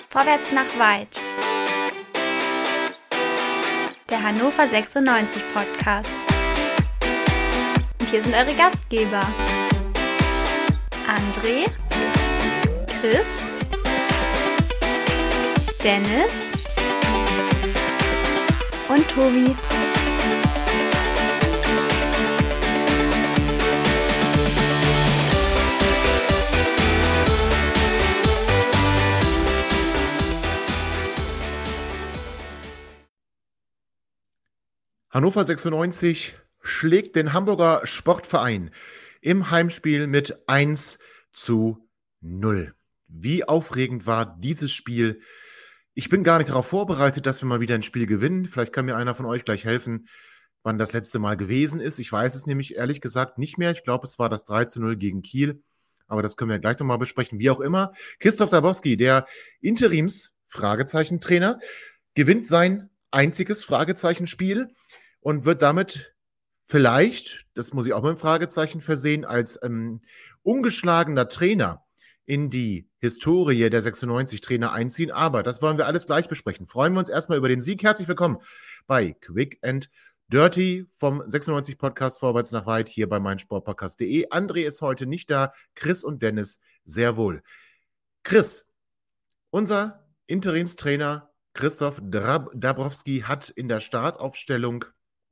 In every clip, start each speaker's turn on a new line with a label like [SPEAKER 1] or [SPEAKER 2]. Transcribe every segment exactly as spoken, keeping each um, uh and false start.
[SPEAKER 1] Vorwärts nach weit. Der Hannover sechsundneunzig Podcast. Und hier sind eure Gastgeber. André, Chris, Dennis und Tobi.
[SPEAKER 2] Hannover sechsundneunzig schlägt den Hamburger Sportverein im Heimspiel mit eins zu null. Wie aufregend war dieses Spiel? Ich bin gar nicht darauf vorbereitet, dass wir mal wieder ein Spiel gewinnen. Vielleicht kann mir einer von euch gleich helfen, wann das letzte Mal gewesen ist. Ich weiß es nämlich ehrlich gesagt nicht mehr. Ich glaube, es war das drei zu null gegen Kiel. Aber das können wir gleich nochmal besprechen. Wie auch immer, Christoph Dabowski, der Interims-Fragezeichen-Trainer, gewinnt sein einziges Fragezeichen-Spiel und wird damit vielleicht, das muss ich auch mit einem Fragezeichen versehen, als ähm, ungeschlagener Trainer in die Historie der sechsundneunzig-Trainer einziehen. Aber das wollen wir alles gleich besprechen. Freuen wir uns erstmal über den Sieg. Herzlich willkommen bei Quick and Dirty vom sechsundneunzig-Podcast Vorwärts nach weit hier bei meinsportpodcast punkt de. André ist heute nicht da, Chris und Dennis sehr wohl. Chris, unser Interimstrainer Christoph Dabrowski hat in der Startaufstellung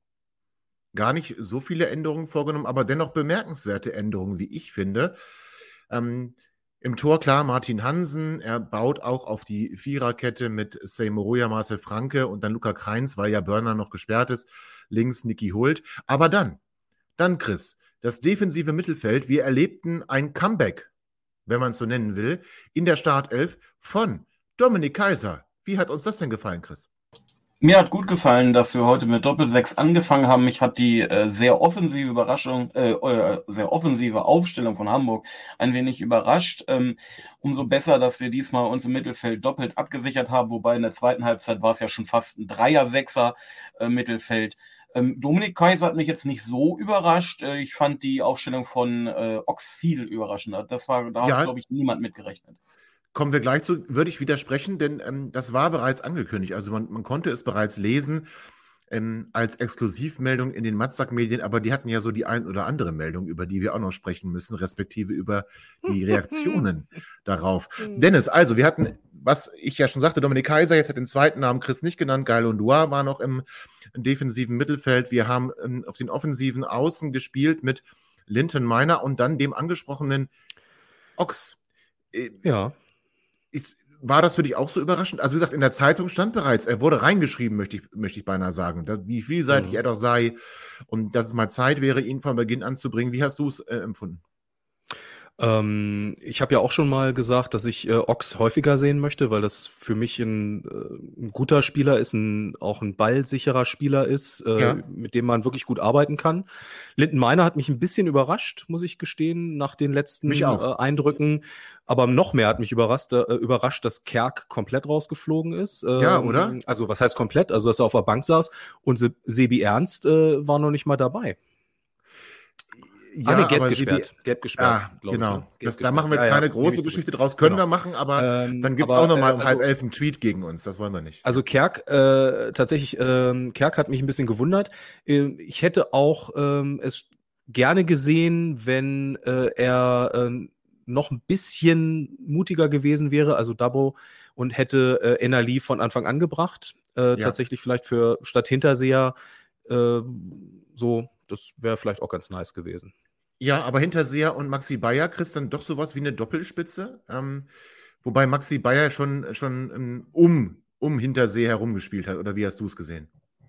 [SPEAKER 2] gar nicht so viele Änderungen vorgenommen, aber dennoch bemerkenswerte Änderungen, wie ich finde. Ähm, Im Tor, klar, Martin Hansen. Er baut auch auf die Viererkette mit Seymour, Marcel Franke und dann Luca Kreins, weil ja Börner noch gesperrt ist. Links Niki Hult. Aber dann, dann Chris, das defensive Mittelfeld. Wir erlebten ein Comeback, wenn man es so nennen will, in der Startelf von Dominik Kaiser. Wie hat uns das denn gefallen, Chris?
[SPEAKER 3] Mir hat gut gefallen, dass wir heute mit Doppelsechs angefangen haben. Mich hat die äh, sehr offensive Überraschung, äh, äh, sehr offensive Aufstellung von Hamburg ein wenig überrascht. Ähm, umso besser, dass wir diesmal uns im Mittelfeld doppelt abgesichert haben, wobei in der zweiten Halbzeit war es ja schon fast ein Dreier-Sechser-Mittelfeld. Ähm, Dominik Kaiser hat mich jetzt nicht so überrascht. Äh, ich fand die Aufstellung von äh, Ochs viel überraschender. Das war, da
[SPEAKER 2] Ja.
[SPEAKER 3] hat, glaube ich, niemand mitgerechnet.
[SPEAKER 2] Kommen wir gleich zu, würde ich widersprechen, denn ähm, das war bereits angekündigt. Also man, man konnte es bereits lesen ähm, als Exklusivmeldung in den Matzak-Medien, aber die hatten ja so die ein oder andere Meldung, über die wir auch noch sprechen müssen, respektive über die Reaktionen darauf. Dennis, also wir hatten, was ich ja schon sagte, Dominik Kaiser, jetzt hat den zweiten Namen Chris nicht genannt, Geil und Dua war noch im defensiven Mittelfeld. Wir haben ähm, auf den offensiven Außen gespielt mit Linton Meiner und dann dem angesprochenen Ochs. Äh,
[SPEAKER 4] Ja.
[SPEAKER 2] Ist, war das für dich auch so überraschend? Also wie gesagt, in der Zeitung stand bereits, er wurde reingeschrieben, möchte ich, möchte ich beinahe sagen, dass, wie vielseitig
[SPEAKER 4] Mhm.
[SPEAKER 2] er doch sei und dass es mal Zeit wäre, ihn von Beginn an zu bringen. Wie hast du es äh, empfunden?
[SPEAKER 4] Ähm, ich habe ja auch schon mal gesagt, dass ich äh, Ochs häufiger sehen möchte, weil das für mich ein, äh, ein guter Spieler ist, ein, auch ein ballsicherer Spieler ist, äh,
[SPEAKER 2] Ja.
[SPEAKER 4] mit dem man wirklich gut arbeiten kann. Linden Meiner hat mich ein bisschen überrascht, muss ich gestehen, nach den letzten
[SPEAKER 2] Mich auch.
[SPEAKER 4] äh, Eindrücken. Aber noch mehr hat mich überrascht, äh, überrascht, dass Kerk komplett rausgeflogen ist. Ähm,
[SPEAKER 2] Ja, oder?
[SPEAKER 4] Also was heißt komplett? Also dass er auf der Bank saß und Se- Sebi Ernst äh, war noch nicht mal dabei.
[SPEAKER 2] Ja,
[SPEAKER 4] ah, nee, gelb
[SPEAKER 2] aber
[SPEAKER 4] gesperrt.
[SPEAKER 2] Sebi-
[SPEAKER 4] Gelb gesperrt,
[SPEAKER 2] Ah,
[SPEAKER 4] glaub ich,
[SPEAKER 2] genau.
[SPEAKER 4] ne? Gelb
[SPEAKER 2] Das, da
[SPEAKER 4] gesperrt.
[SPEAKER 2] machen wir jetzt
[SPEAKER 4] Ja, ja,
[SPEAKER 2] keine
[SPEAKER 4] nehme
[SPEAKER 2] große
[SPEAKER 4] ich zurück.
[SPEAKER 2] Geschichte draus. Können
[SPEAKER 4] Genau.
[SPEAKER 2] wir machen, aber
[SPEAKER 4] Ähm,
[SPEAKER 2] dann gibt es
[SPEAKER 4] aber,
[SPEAKER 2] auch nochmal
[SPEAKER 4] äh,
[SPEAKER 2] um
[SPEAKER 4] also-
[SPEAKER 2] halb elf einen Tweet gegen uns. Das wollen wir nicht.
[SPEAKER 4] Also Kerk, äh, tatsächlich, ähm, Kerk hat mich ein bisschen gewundert. Ähm, ich hätte auch ähm, es gerne gesehen, wenn äh, er äh, noch ein bisschen mutiger gewesen wäre, also Dabo, und hätte äh, Enali von Anfang an gebracht. Äh,
[SPEAKER 2] Ja.
[SPEAKER 4] Tatsächlich vielleicht für statt Hinterseher äh, so, das wäre vielleicht auch ganz nice gewesen.
[SPEAKER 2] Ja, aber Hinterseher und Maxi Bayer kriegst dann doch sowas wie eine Doppelspitze. Ähm, wobei Maxi Bayer schon, schon ähm, um, um Hinterseher herumgespielt hat. Oder wie hast du es gesehen?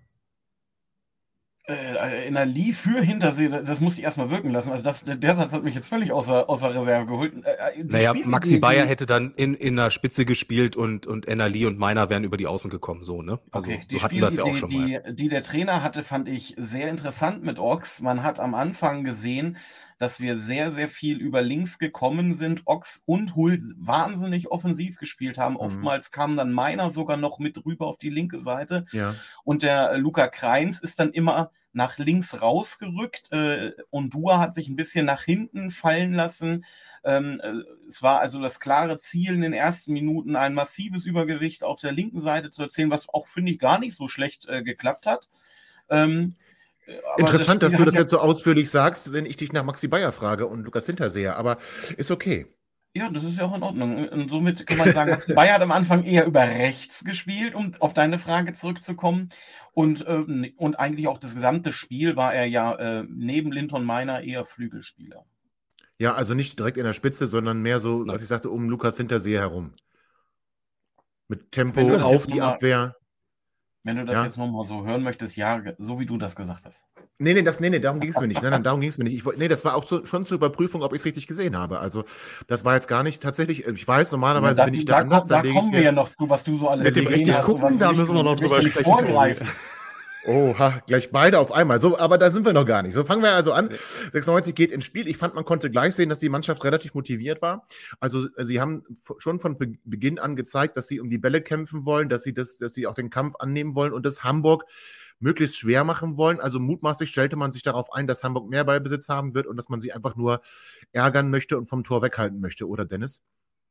[SPEAKER 3] Äh, in der Lee für Hintersee, das musste ich erstmal wirken lassen. Also das, der Satz hat mich jetzt völlig außer, außer Reserve geholt. Äh, die
[SPEAKER 4] Naja,
[SPEAKER 3] Spielidee,
[SPEAKER 4] Maxi
[SPEAKER 3] die-
[SPEAKER 4] Bayer hätte dann in, in der Spitze gespielt und, und Enali und Meiner wären über die Außen gekommen, so, ne? Also,
[SPEAKER 3] Okay, die
[SPEAKER 4] so hatten wir das ja auch
[SPEAKER 3] Spielidee,
[SPEAKER 4] schon mal.
[SPEAKER 3] die, die der Trainer hatte, fand ich sehr interessant mit Ochs. Man hat am Anfang gesehen, dass wir sehr, sehr viel über links gekommen sind. Ochs und Hult wahnsinnig offensiv gespielt haben.
[SPEAKER 2] Mhm.
[SPEAKER 3] Oftmals kam dann Meiner sogar noch mit rüber auf die linke Seite.
[SPEAKER 2] Ja.
[SPEAKER 3] Und der Luca Kreins ist dann immer nach links rausgerückt. Äh, Ondua hat sich ein bisschen nach hinten fallen lassen. Ähm, äh, es war also das klare Ziel in den ersten Minuten, ein massives Übergewicht auf der linken Seite zu erzielen, was auch, finde ich, gar nicht so schlecht äh, geklappt hat. Ähm,
[SPEAKER 2] Interessant,
[SPEAKER 3] das
[SPEAKER 2] dass du das
[SPEAKER 3] ja
[SPEAKER 2] jetzt so ausführlich sagst, wenn ich dich nach Maxi Bayer frage und Lukas Hinterseher, aber ist okay.
[SPEAKER 3] Ja, das ist ja auch in Ordnung. Und somit kann man sagen, Maxi Bayer hat am Anfang eher über rechts gespielt, um auf deine Frage zurückzukommen. Und, äh, und eigentlich auch das gesamte Spiel war er ja äh, neben Linton Meiner eher Flügelspieler.
[SPEAKER 2] Ja, also nicht direkt in der Spitze, sondern mehr so,
[SPEAKER 4] Nein.
[SPEAKER 2] was ich sagte, um Lukas Hinterseher herum. Mit Tempo
[SPEAKER 3] Wenn du das
[SPEAKER 2] auf
[SPEAKER 3] jetzt
[SPEAKER 2] die
[SPEAKER 3] noch mal-
[SPEAKER 2] Abwehr.
[SPEAKER 3] Wenn du das
[SPEAKER 2] Ja.
[SPEAKER 3] jetzt nochmal so hören möchtest, ja, so wie du das gesagt hast.
[SPEAKER 2] Nee, nee, das, nee, nee, darum ging es mir nicht. Nein, nein, darum ging es mir nicht. Ich, woll- nee, das war auch so, schon zur Überprüfung, ob ich es richtig gesehen habe. Also, das war jetzt gar nicht tatsächlich, ich weiß, normalerweise
[SPEAKER 3] Da-
[SPEAKER 2] bin ich
[SPEAKER 3] da,
[SPEAKER 2] da anders.
[SPEAKER 3] kommt, da
[SPEAKER 2] dann lege
[SPEAKER 3] kommen
[SPEAKER 2] ich
[SPEAKER 3] wir
[SPEAKER 2] mir-
[SPEAKER 3] ja noch zu, was du so alles
[SPEAKER 2] Mit dem
[SPEAKER 3] gesehen
[SPEAKER 2] richtig
[SPEAKER 3] hast und
[SPEAKER 4] gucken,
[SPEAKER 3] was
[SPEAKER 4] da
[SPEAKER 3] richtig-
[SPEAKER 4] müssen wir noch drüber
[SPEAKER 3] richtig
[SPEAKER 4] sprechen,
[SPEAKER 3] vorgreifen.
[SPEAKER 2] Oha, gleich beide auf einmal. So, aber da sind wir noch gar nicht. So, fangen wir also an. sechsundneunzig geht ins Spiel. Ich fand, man konnte gleich sehen, dass die Mannschaft relativ motiviert war. Also, sie haben f- schon von Be- Beginn an gezeigt, dass sie um die Bälle kämpfen wollen, dass sie das, dass sie auch den Kampf annehmen wollen und das Hamburg möglichst schwer machen wollen. Also mutmaßlich stellte man sich darauf ein, dass Hamburg mehr Ballbesitz haben wird und dass man sie einfach nur ärgern möchte und vom Tor weghalten möchte, oder Dennis?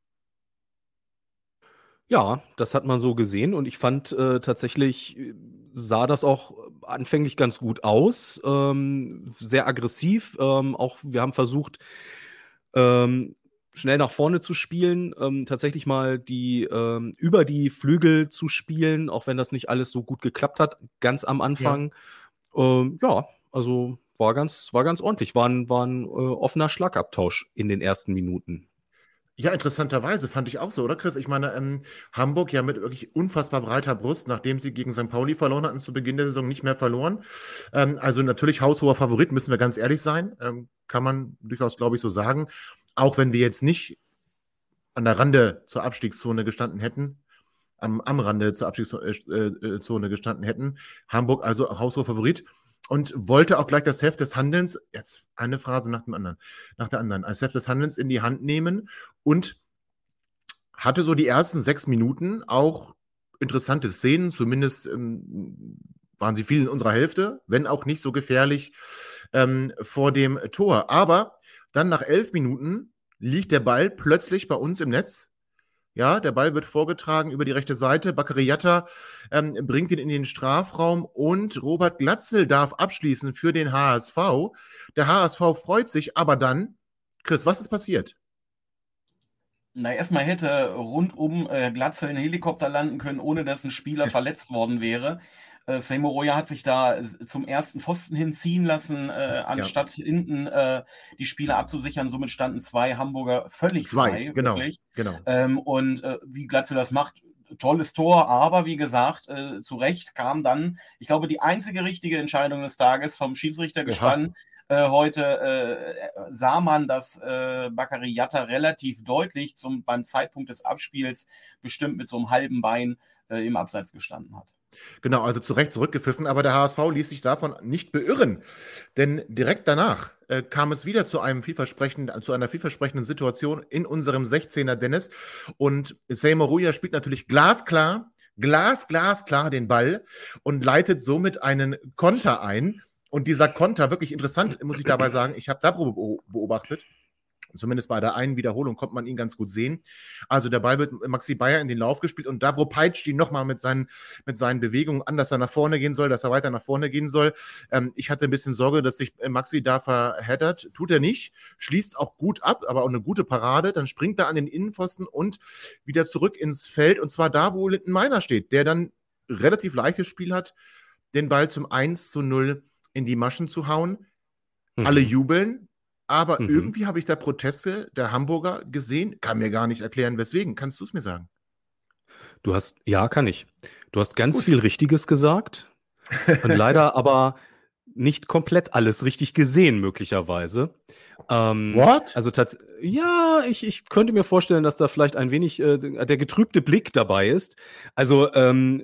[SPEAKER 4] Ja, das hat man so gesehen und ich fand äh, tatsächlich äh, sah das auch anfänglich ganz gut aus, ähm, sehr aggressiv. Ähm, auch wir haben versucht, ähm, schnell nach vorne zu spielen, ähm, tatsächlich mal die ähm, über die Flügel zu spielen, auch wenn das nicht alles so gut geklappt hat, ganz am Anfang. Ähm, ja, also war ganz, war ganz ordentlich, war ein, war ein äh, offener Schlagabtausch in den ersten Minuten.
[SPEAKER 2] Ja, interessanterweise fand ich auch so, oder Chris? Ich meine, ähm, Hamburg ja mit wirklich unfassbar breiter Brust, nachdem sie gegen Sankt Pauli verloren hatten, zu Beginn der Saison nicht mehr verloren. Ähm, also natürlich haushoher Favorit, müssen wir ganz ehrlich sein. Ähm, kann man durchaus, glaube ich, so sagen. Auch wenn wir jetzt nicht an der Rande zur Abstiegszone gestanden hätten, am, am Rande zur Abstiegszone gestanden hätten. Hamburg also haushoher Favorit. Und wollte auch gleich das Heft des Handelns, jetzt eine Phrase nach dem anderen, nach der anderen, als Heft des Handelns in die Hand nehmen und hatte so die ersten sechs Minuten auch interessante Szenen, zumindest ähm, waren sie viel in unserer Hälfte, wenn auch nicht so gefährlich ähm, vor dem Tor. Aber dann nach elf Minuten liegt der Ball plötzlich bei uns im Netz. Ja, der Ball wird vorgetragen über die rechte Seite. Bakary Jatta ähm, bringt ihn in den Strafraum und Robert Glatzel darf abschließen für den H S V. Der H S V freut sich, aber dann, Chris, was ist passiert?
[SPEAKER 3] Na, erstmal hätte rundum äh, Glatzel ein Helikopter landen können, ohne dass ein Spieler verletzt worden wäre. Äh, Seymour Roya hat sich da s- zum ersten Pfosten hinziehen lassen, äh, anstatt hinten äh, die Spieler abzusichern. Somit standen zwei Hamburger völlig
[SPEAKER 2] Zwei,
[SPEAKER 3] frei.
[SPEAKER 2] genau,
[SPEAKER 3] Wirklich.
[SPEAKER 2] genau.
[SPEAKER 3] Ähm, und äh, wie Glatzel das macht, tolles Tor, aber wie gesagt, äh, zu Recht kam dann, ich glaube, die einzige richtige Entscheidung des Tages vom Schiedsrichter gespannt. Äh, heute äh, sah man, dass äh, Bakary Jatta relativ deutlich zum, beim Zeitpunkt des Abspiels bestimmt mit so einem halben Bein äh, im Abseits gestanden hat.
[SPEAKER 2] Genau, also zu Recht zurückgepfiffen, aber der H S V ließ sich davon nicht beirren. Denn direkt danach äh, kam es wieder zu einem vielversprechenden, zu einer vielversprechenden Situation in unserem sechzehner Dennis. Und Seymour Roya spielt natürlich glasklar, glas, glasklar den Ball und leitet somit einen Konter ein. Und dieser Konter, wirklich interessant, muss ich dabei sagen, ich habe Dabro beobachtet. Zumindest bei der einen Wiederholung konnte man ihn ganz gut sehen. Also der Ball wird Maxi Bayer in den Lauf gespielt und Dabro peitscht ihn nochmal mit seinen, mit seinen Bewegungen an, dass er nach vorne gehen soll, dass er weiter nach vorne gehen soll. Ähm, ich hatte ein bisschen Sorge, dass sich Maxi da verheddert. Tut er nicht. Schließt auch gut ab, aber auch eine gute Parade. Dann springt er an den Innenpfosten und wieder zurück ins Feld. Und zwar da, wo Linton Meiner steht, der dann relativ leichtes Spiel hat, den Ball zum eins zu null in die Maschen zu hauen.
[SPEAKER 4] Mhm.
[SPEAKER 2] Alle jubeln. Aber
[SPEAKER 4] Mhm.
[SPEAKER 2] irgendwie habe ich da Proteste der Hamburger gesehen. Kann mir gar nicht erklären, weswegen. Kannst du es mir sagen?
[SPEAKER 4] Du hast, ja, kann ich. Du hast ganz
[SPEAKER 2] Gut.
[SPEAKER 4] viel Richtiges gesagt und leider aber nicht komplett alles richtig gesehen, möglicherweise. Ähm,
[SPEAKER 2] What?
[SPEAKER 4] Also tats- ja, ich, ich könnte mir vorstellen, dass da vielleicht ein wenig äh, der getrübte Blick dabei ist. Also ähm,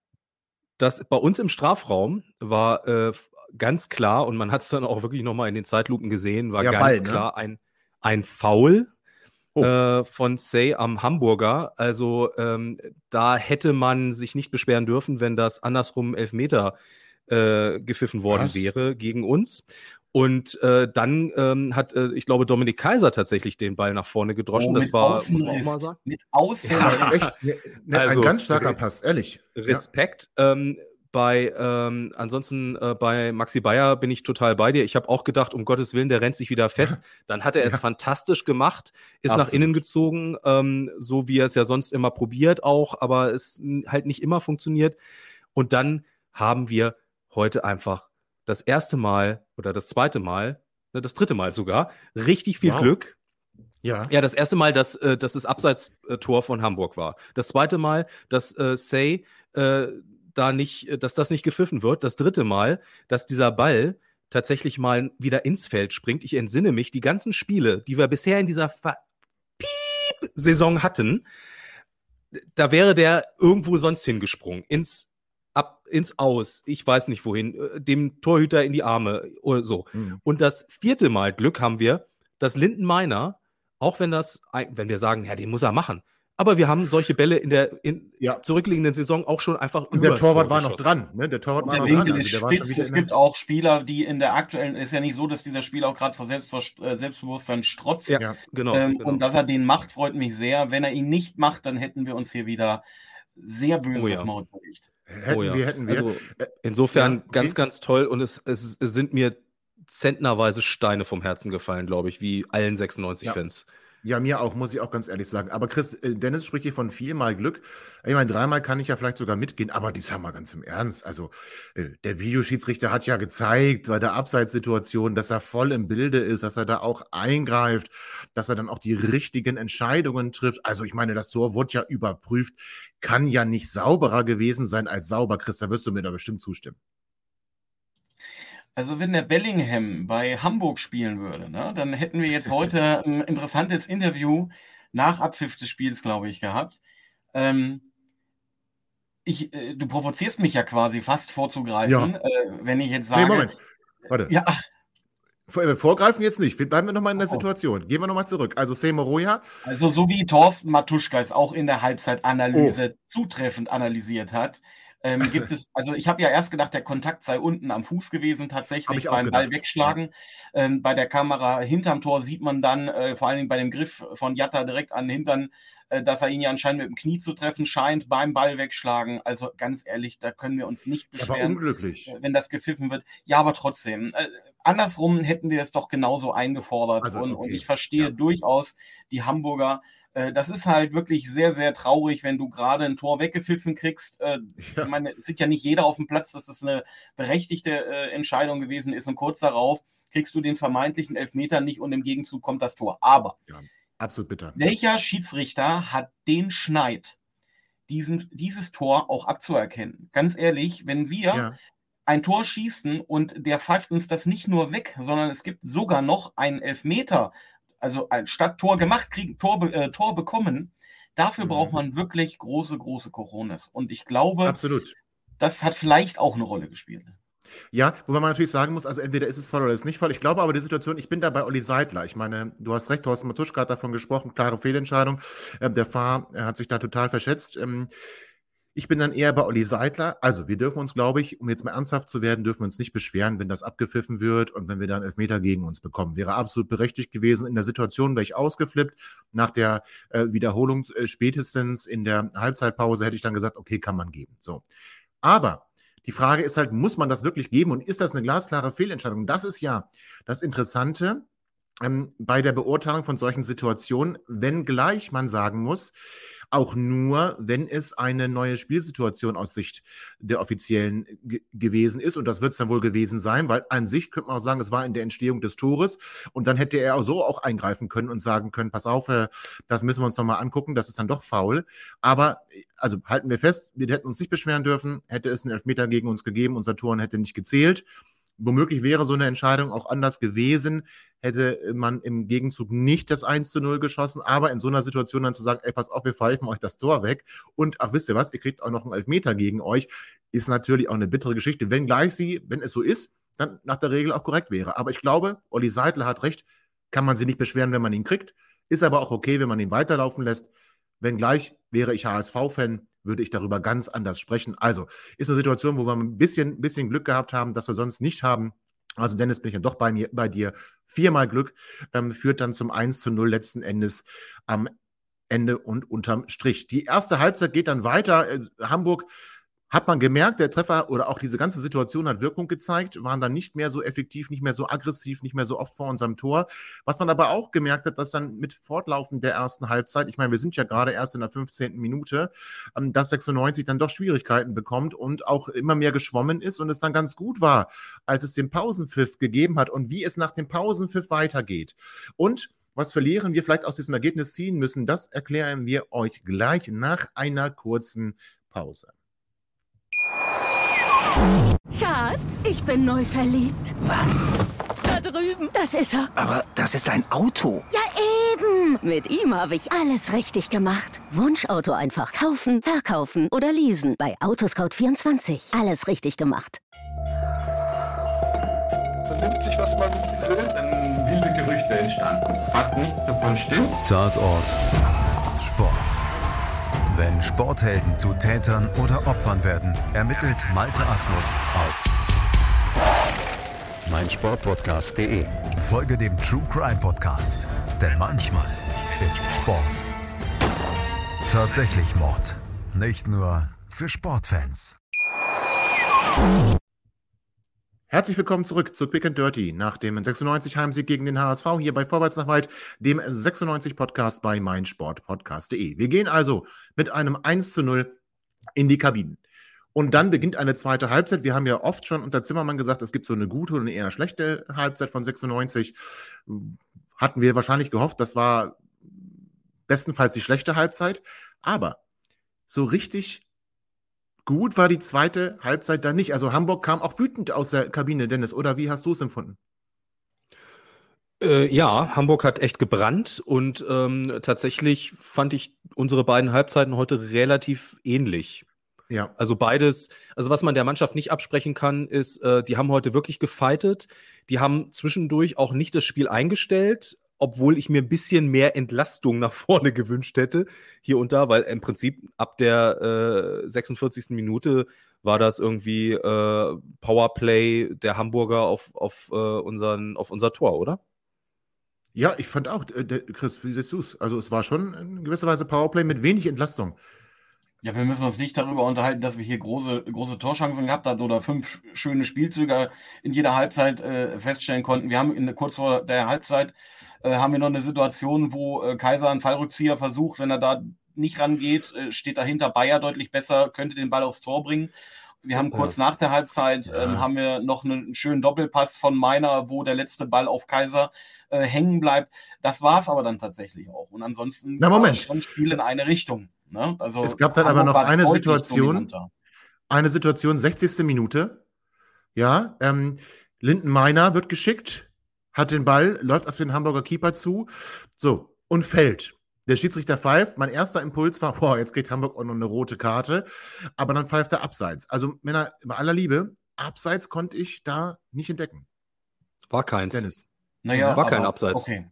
[SPEAKER 4] das bei uns im Strafraum war äh, f- ganz klar, und man hat es dann auch wirklich nochmal in den Zeitlupen gesehen, war
[SPEAKER 2] Ja,
[SPEAKER 4] ganz
[SPEAKER 2] Ball, ne?
[SPEAKER 4] klar ein, ein Foul
[SPEAKER 2] Oh.
[SPEAKER 4] äh, von Say am Hamburger. Also ähm, da hätte man sich nicht beschweren dürfen, wenn das andersrum Elfmeter äh, gepfiffen worden
[SPEAKER 2] Was?
[SPEAKER 4] wäre gegen uns. Und äh, dann ähm, hat, äh, ich glaube, Dominik Kaiser tatsächlich den Ball nach vorne gedroschen.
[SPEAKER 3] Oh,
[SPEAKER 4] das
[SPEAKER 3] mit
[SPEAKER 4] war, muss man auch
[SPEAKER 3] Außenriss.
[SPEAKER 4] mal sagen.
[SPEAKER 3] Mit Außenriss.
[SPEAKER 2] Ja, echt, ne, ne,
[SPEAKER 4] Also,
[SPEAKER 2] ein ganz starker
[SPEAKER 4] re-
[SPEAKER 2] Pass, ehrlich. Ja.
[SPEAKER 4] Respekt. Ähm, bei ähm, ansonsten äh, bei Maxi Bayer bin ich total bei dir. Ich habe auch gedacht, um Gottes Willen, der rennt sich wieder fest. Dann hat er es
[SPEAKER 2] Ja.
[SPEAKER 4] fantastisch gemacht, ist nach
[SPEAKER 2] Absolut.
[SPEAKER 4] innen gezogen, ähm, so wie er es ja sonst immer probiert auch, aber es n- halt nicht immer funktioniert. Und dann haben wir heute einfach das erste Mal oder das zweite Mal, ne, das dritte Mal sogar, richtig viel
[SPEAKER 2] Wow.
[SPEAKER 4] Glück.
[SPEAKER 2] Ja.
[SPEAKER 4] Ja, das erste Mal, dass, äh, dass das Abseits-Tor von Hamburg war. Das zweite Mal, dass äh, Say äh, da nicht, äh, dass das nicht gepfiffen wird. Das dritte Mal, dass dieser Ball tatsächlich mal wieder ins Feld springt. Ich entsinne mich, die ganzen Spiele, die wir bisher in dieser Ver- Piep-Saison hatten, da wäre der irgendwo sonst hingesprungen. Ins Ab, ins Aus, ich weiß nicht wohin, äh, dem Torhüter in die Arme oder so.
[SPEAKER 2] Mhm.
[SPEAKER 4] Und das vierte Mal Glück haben wir, dass Linden Meiner, auch wenn das, ein- wenn wir sagen, ja, den muss er machen, aber wir haben solche Bälle in der in
[SPEAKER 2] Ja.
[SPEAKER 4] zurückliegenden Saison auch schon einfach
[SPEAKER 2] Und der
[SPEAKER 4] übers
[SPEAKER 2] Torwart
[SPEAKER 4] Tor
[SPEAKER 2] war noch
[SPEAKER 4] geschossen.
[SPEAKER 2] dran, ne? Der Torwart
[SPEAKER 3] Und
[SPEAKER 2] war
[SPEAKER 3] der
[SPEAKER 2] noch dran.
[SPEAKER 3] Winkel
[SPEAKER 2] Also
[SPEAKER 3] ist
[SPEAKER 2] der war schon
[SPEAKER 3] spitz.
[SPEAKER 2] wieder
[SPEAKER 3] Es
[SPEAKER 2] in der-
[SPEAKER 3] gibt auch Spieler, die in der aktuellen, ist ja nicht so, dass dieser Spieler auch gerade vor Selbstver- äh, Selbstbewusstsein strotzt.
[SPEAKER 4] Ja,
[SPEAKER 2] Ja.
[SPEAKER 4] genau.
[SPEAKER 3] ähm,
[SPEAKER 4] genau.
[SPEAKER 3] Und dass er den macht, freut mich sehr. Wenn er ihn nicht macht, dann hätten wir uns hier wieder sehr böse
[SPEAKER 4] Oh ja.
[SPEAKER 3] das Maul zerlegt.
[SPEAKER 2] Hätten
[SPEAKER 4] Oh ja.
[SPEAKER 2] wir, hätten wir.
[SPEAKER 4] Also
[SPEAKER 2] Äh,
[SPEAKER 4] insofern
[SPEAKER 2] ja, okay.
[SPEAKER 4] ganz, ganz toll und es, es, es sind mir zentnerweise Steine vom Herzen gefallen, glaube ich, wie allen sechsundneunzig-Fans.
[SPEAKER 2] Ja, mir auch, muss ich auch ganz ehrlich sagen. Aber Chris, äh, Dennis spricht hier von vielmal Glück. Ich meine, dreimal kann ich ja vielleicht sogar mitgehen, aber dies haben wir ganz im Ernst. Also, äh, der Videoschiedsrichter hat ja gezeigt, bei der Abseitssituation, dass er voll im Bilde ist, dass er da auch eingreift, dass er dann auch die richtigen Entscheidungen trifft. Also, ich meine, das Tor wurde ja überprüft, kann ja nicht sauberer gewesen sein als sauber. Chris, da wirst du mir da bestimmt zustimmen.
[SPEAKER 3] Also wenn der Bellingham bei Hamburg spielen würde, ne, dann hätten wir jetzt heute ein interessantes Interview nach Abpfiff des Spiels, glaube ich, gehabt. Ähm, ich, äh, du provozierst mich ja quasi fast vorzugreifen,
[SPEAKER 2] Ja.
[SPEAKER 3] äh, wenn ich jetzt sage...
[SPEAKER 2] Nee, Moment. Warte.
[SPEAKER 3] Ja, ach,
[SPEAKER 2] Vor- äh, Vorgreifen jetzt nicht. Bleiben wir nochmal in der
[SPEAKER 3] Oh.
[SPEAKER 2] Situation. Gehen wir nochmal zurück. Also, Seymour Roya,
[SPEAKER 3] also so wie Thorsten Matuschka es auch in der Halbzeitanalyse zutreffend analysiert hat, ähm, gibt es, also ich habe ja erst gedacht, der Kontakt sei unten am Fuß gewesen,
[SPEAKER 2] Hab
[SPEAKER 3] tatsächlich
[SPEAKER 2] ich auch
[SPEAKER 3] beim Ball
[SPEAKER 2] gedacht,
[SPEAKER 3] wegschlagen. Ähm, bei der Kamera hinterm Tor sieht man dann, äh, vor allen Dingen bei dem Griff von Jatta direkt an den Hintern, äh, dass er ihn ja anscheinend mit dem Knie zu treffen scheint, beim Ball wegschlagen. Also ganz ehrlich, da können wir uns nicht
[SPEAKER 2] er war
[SPEAKER 3] beschweren,
[SPEAKER 2] unglücklich.
[SPEAKER 3] äh, wenn das gepfiffen wird. Ja, aber trotzdem, äh, andersrum hätten wir es doch genauso eingefordert.
[SPEAKER 2] Also,
[SPEAKER 3] und,
[SPEAKER 2] okay,
[SPEAKER 3] und ich verstehe
[SPEAKER 2] ja.
[SPEAKER 3] durchaus die Hamburger. Äh, das ist halt wirklich sehr, sehr traurig, wenn du gerade ein Tor weggepfiffen kriegst. Äh,
[SPEAKER 2] Ja.
[SPEAKER 3] Ich meine, es sieht ja nicht jeder auf dem Platz, dass das eine berechtigte äh, Entscheidung gewesen ist. Und kurz darauf kriegst du den vermeintlichen Elfmeter nicht und im Gegenzug kommt das Tor. Aber
[SPEAKER 2] Absolut bitter.
[SPEAKER 3] welcher Schiedsrichter hat den Schneid, diesen, dieses Tor auch abzuerkennen? Ganz ehrlich, wenn wir
[SPEAKER 2] Ja.
[SPEAKER 3] ein Tor schießen und der pfeift uns das nicht nur weg, sondern es gibt sogar noch einen Elfmeter, also ein statt Tor gemacht, kriegen Tor, be- äh, Tor bekommen. Dafür
[SPEAKER 2] Mhm.
[SPEAKER 3] braucht man wirklich große, große Cojones. Und ich glaube,
[SPEAKER 2] Absolut.
[SPEAKER 3] das hat vielleicht auch eine Rolle gespielt.
[SPEAKER 2] Ja, wobei man natürlich sagen muss, also entweder ist es voll oder ist es nicht voll. Ich glaube aber die Situation, ich bin da bei Olli Seidler. Ich meine, du hast recht, Thorsten Matuschka hat davon gesprochen, klare Fehlentscheidung. Ähm, der Fahr er hat sich da total verschätzt. Ähm, ich bin dann eher bei Olli Seidler. Also wir dürfen uns, glaube ich, um jetzt mal ernsthaft zu werden, dürfen wir uns nicht beschweren, wenn das abgepfiffen wird und wenn wir dann Elfmeter gegen uns bekommen. Wäre absolut berechtigt gewesen. In der Situation wäre ich ausgeflippt. Nach der äh, Wiederholung äh, spätestens in der Halbzeitpause hätte ich dann gesagt, okay, kann man geben. So. Aber die Frage ist halt, muss man das wirklich geben und ist das eine glasklare Fehlentscheidung? Das ist ja das Interessante ähm, bei der Beurteilung von solchen Situationen, wenngleich man sagen muss, auch nur, wenn es eine neue Spielsituation aus Sicht der Offiziellen ge- gewesen ist. Und das wird es dann wohl gewesen sein, weil an sich könnte man auch sagen, es war in der Entstehung des Tores. Und dann hätte er auch so auch eingreifen können und sagen können, pass auf, äh, das müssen wir uns nochmal angucken, das ist dann doch faul. Aber, also halten wir fest, wir hätten uns nicht beschweren dürfen, hätte es einen Elfmeter gegen uns gegeben, unser Tor hätte nicht gezählt. Womöglich wäre so eine Entscheidung auch anders gewesen, hätte man im Gegenzug nicht das eins zu null geschossen, aber in so einer Situation dann zu sagen, ey, pass auf, wir pfeifen euch das Tor weg und ach, wisst ihr was, ihr kriegt auch noch einen Elfmeter gegen euch, ist natürlich auch eine bittere Geschichte, wenngleich sie, wenn es so ist, dann nach der Regel auch korrekt wäre. Aber ich glaube, Olli Seidler hat recht, kann man sich nicht beschweren, wenn man ihn kriegt, ist aber auch okay, wenn man ihn weiterlaufen lässt. Wenngleich wäre ich H S V-Fan, würde ich darüber ganz anders sprechen. Also ist eine Situation, wo wir ein bisschen, bisschen Glück gehabt haben, dass wir sonst nicht haben. Also Dennis, bin ich dann doch bei mir, bei dir. Viermal Glück ähm, führt dann zum eins zu null letzten Endes am Ende und unterm Strich. Die erste Halbzeit geht dann weiter. Äh, Hamburg hat man gemerkt, der Treffer oder auch diese ganze Situation hat Wirkung gezeigt, waren dann nicht mehr so effektiv, nicht mehr so aggressiv, nicht mehr so oft vor unserem Tor. Was man aber auch gemerkt hat, dass dann mit Fortlaufen der ersten Halbzeit, ich meine, wir sind ja gerade erst in der fünfzehnten Minute, ähm, dass sechsundneunzig dann doch Schwierigkeiten bekommt und auch immer mehr geschwommen ist und es dann ganz gut war, als es den Pausenpfiff gegeben hat und wie es nach dem Pausenpfiff weitergeht. Und was verlieren wir vielleicht aus diesem Ergebnis ziehen müssen, das erklären wir euch gleich nach einer kurzen Pause.
[SPEAKER 5] Schatz, ich bin neu verliebt.
[SPEAKER 6] Was?
[SPEAKER 5] Da drüben. Das ist er.
[SPEAKER 6] Aber das ist ein Auto.
[SPEAKER 5] Ja, eben. Mit ihm habe ich alles richtig gemacht. Wunschauto einfach kaufen, verkaufen oder leasen. Bei Autoscout vierundzwanzig. Alles richtig gemacht.
[SPEAKER 7] Vernimmt sich, was man will.
[SPEAKER 8] Dann wilde Gerüchte entstanden. Fast nichts davon stimmt.
[SPEAKER 9] Tatort Sport. Wenn Sporthelden zu Tätern oder Opfern werden, ermittelt Malte Asmus auf meinsportpodcast punkt de. Folge dem True Crime Podcast, denn manchmal ist Sport tatsächlich Mord. Nicht nur für Sportfans.
[SPEAKER 2] Herzlich willkommen zurück zu Quick and Dirty nach dem sechsundneunzig Heimsieg gegen den H S V hier bei Vorwärts nach Weit, dem sechsundneunzig Podcast bei meinsportpodcast punkt de. Wir gehen also mit einem eins zu null in die Kabinen. Und dann beginnt eine zweite Halbzeit. Wir haben ja oft schon unter Zimmermann gesagt, es gibt so eine gute und eine eher schlechte Halbzeit von sechsundneunzig. Hatten wir wahrscheinlich gehofft, das war bestenfalls die schlechte Halbzeit. Aber so richtig gut war die zweite Halbzeit dann nicht. Also Hamburg kam auch wütend aus der Kabine, Dennis. Oder wie hast du es empfunden?
[SPEAKER 4] Äh, ja, Hamburg hat echt gebrannt und ähm, tatsächlich fand ich unsere beiden Halbzeiten heute relativ ähnlich.
[SPEAKER 2] Ja.
[SPEAKER 4] Also beides, also was man der Mannschaft nicht absprechen kann, ist, äh, die haben heute wirklich gefightet. Die haben zwischendurch auch nicht das Spiel eingestellt, obwohl ich mir ein bisschen mehr Entlastung nach vorne gewünscht hätte, hier und da, weil im Prinzip ab der äh, sechsundvierzigsten Minute war das irgendwie äh, Powerplay der Hamburger auf, auf, äh, unseren, auf unser Tor, oder?
[SPEAKER 2] Ja, ich fand auch, äh, Chris, wie siehst du es? Also es war schon in gewisser Weise Powerplay mit wenig Entlastung.
[SPEAKER 3] Ja, wir müssen uns nicht darüber unterhalten, dass wir hier große, große Torchancen gehabt hatten oder fünf schöne Spielzüge in jeder Halbzeit äh, feststellen konnten. Wir haben in, kurz vor der Halbzeit äh, haben wir noch eine Situation, wo äh, Kaiser einen Fallrückzieher versucht. Wenn er da nicht rangeht, äh, steht dahinter Bayer deutlich besser, könnte den Ball aufs Tor bringen. Wir haben kurz ja. nach der Halbzeit ja. ähm, haben wir noch einen schönen Doppelpass von Meiner, wo der letzte Ball auf Kaiser äh, hängen bleibt. Das war es aber dann tatsächlich auch. Und ansonsten
[SPEAKER 2] Na, Moment.
[SPEAKER 3] schon Spiel in eine Richtung. Ne? Also
[SPEAKER 2] es gab dann Hamburg aber noch eine Situation, eine Situation, sechzigste Minute. Ja, ähm, Linden Meiner wird geschickt, hat den Ball, läuft auf den Hamburger Keeper zu, so, und fällt. Der Schiedsrichter pfeift. Mein erster Impuls war, boah, jetzt kriegt Hamburg auch noch eine rote Karte. Aber dann pfeift er abseits. Also, Männer, bei aller Liebe, abseits konnte ich da nicht entdecken.
[SPEAKER 4] War keins.
[SPEAKER 2] Dennis.
[SPEAKER 3] Naja,
[SPEAKER 4] war kein
[SPEAKER 3] aber,
[SPEAKER 4] Abseits.
[SPEAKER 3] Okay.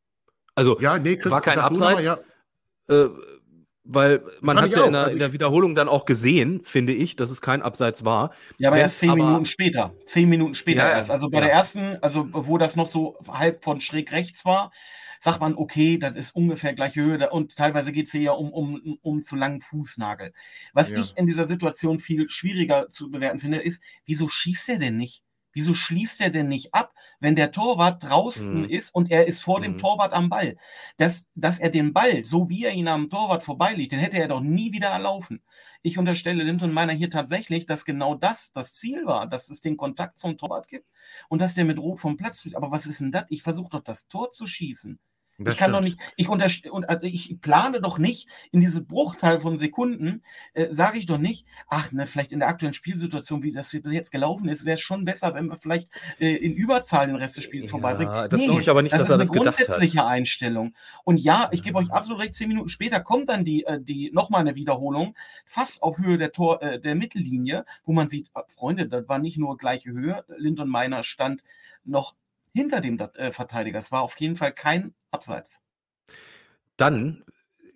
[SPEAKER 4] Also,
[SPEAKER 2] ja, nee, Chris,
[SPEAKER 4] war kein Abseits,
[SPEAKER 2] mal,
[SPEAKER 4] ja. äh, weil man hat es ja in der,
[SPEAKER 2] also
[SPEAKER 4] in der Wiederholung dann auch gesehen, finde ich, dass es kein Abseits war.
[SPEAKER 3] Ja, aber
[SPEAKER 4] Wenn's
[SPEAKER 3] erst zehn
[SPEAKER 4] aber,
[SPEAKER 3] Minuten später. Zehn Minuten später
[SPEAKER 4] ja,
[SPEAKER 3] erst. Also bei
[SPEAKER 4] ja.
[SPEAKER 3] der ersten, also wo das noch so halb von schräg rechts war, sagt man, okay, das ist ungefähr gleiche Höhe. Und teilweise geht es hier ja um, um, um zu langen Fußnagel. Was
[SPEAKER 2] Ja.
[SPEAKER 3] ich in dieser Situation viel schwieriger zu bewerten finde, ist, wieso schießt er denn nicht? Wieso schließt er denn nicht ab, wenn der Torwart draußen
[SPEAKER 4] Mhm.
[SPEAKER 3] ist und er ist vor dem
[SPEAKER 4] Mhm.
[SPEAKER 3] Torwart am Ball? Dass, dass er den Ball, so wie er ihn am Torwart vorbeiliegt, den hätte er doch nie wieder erlaufen. Ich unterstelle Linton Meiner hier tatsächlich, dass genau das das Ziel war, dass es den Kontakt zum Torwart gibt und dass der mit Ruhe vom Platz fliegt. Aber was ist denn das? Ich versuche doch das Tor zu schießen.
[SPEAKER 2] Das
[SPEAKER 3] ich kann
[SPEAKER 2] stimmt.
[SPEAKER 3] doch nicht, ich, unterst- und, also ich plane doch nicht in diese Bruchteil von Sekunden, äh, sage ich doch nicht, ach, ne, vielleicht in der aktuellen Spielsituation, wie das bis jetzt gelaufen ist, wäre es schon besser, wenn wir vielleicht äh, in Überzahl den Rest des Spiels
[SPEAKER 4] Ja,
[SPEAKER 3] vorbeibringen.
[SPEAKER 4] das glaube ich aber nicht,
[SPEAKER 3] das
[SPEAKER 4] dass
[SPEAKER 3] ist
[SPEAKER 4] er
[SPEAKER 3] eine
[SPEAKER 4] das gedacht hat.
[SPEAKER 3] grundsätzliche Einstellung. Und ja, ich gebe euch absolut recht, zehn Minuten später kommt dann die, äh, die nochmal eine Wiederholung, fast auf Höhe der Tor, äh, der Mittellinie, wo man sieht, ah, Freunde, das war nicht nur gleiche Höhe, Linton Meiner stand noch hinter dem äh, Verteidiger. Es war auf jeden Fall kein Abseits.
[SPEAKER 4] Dann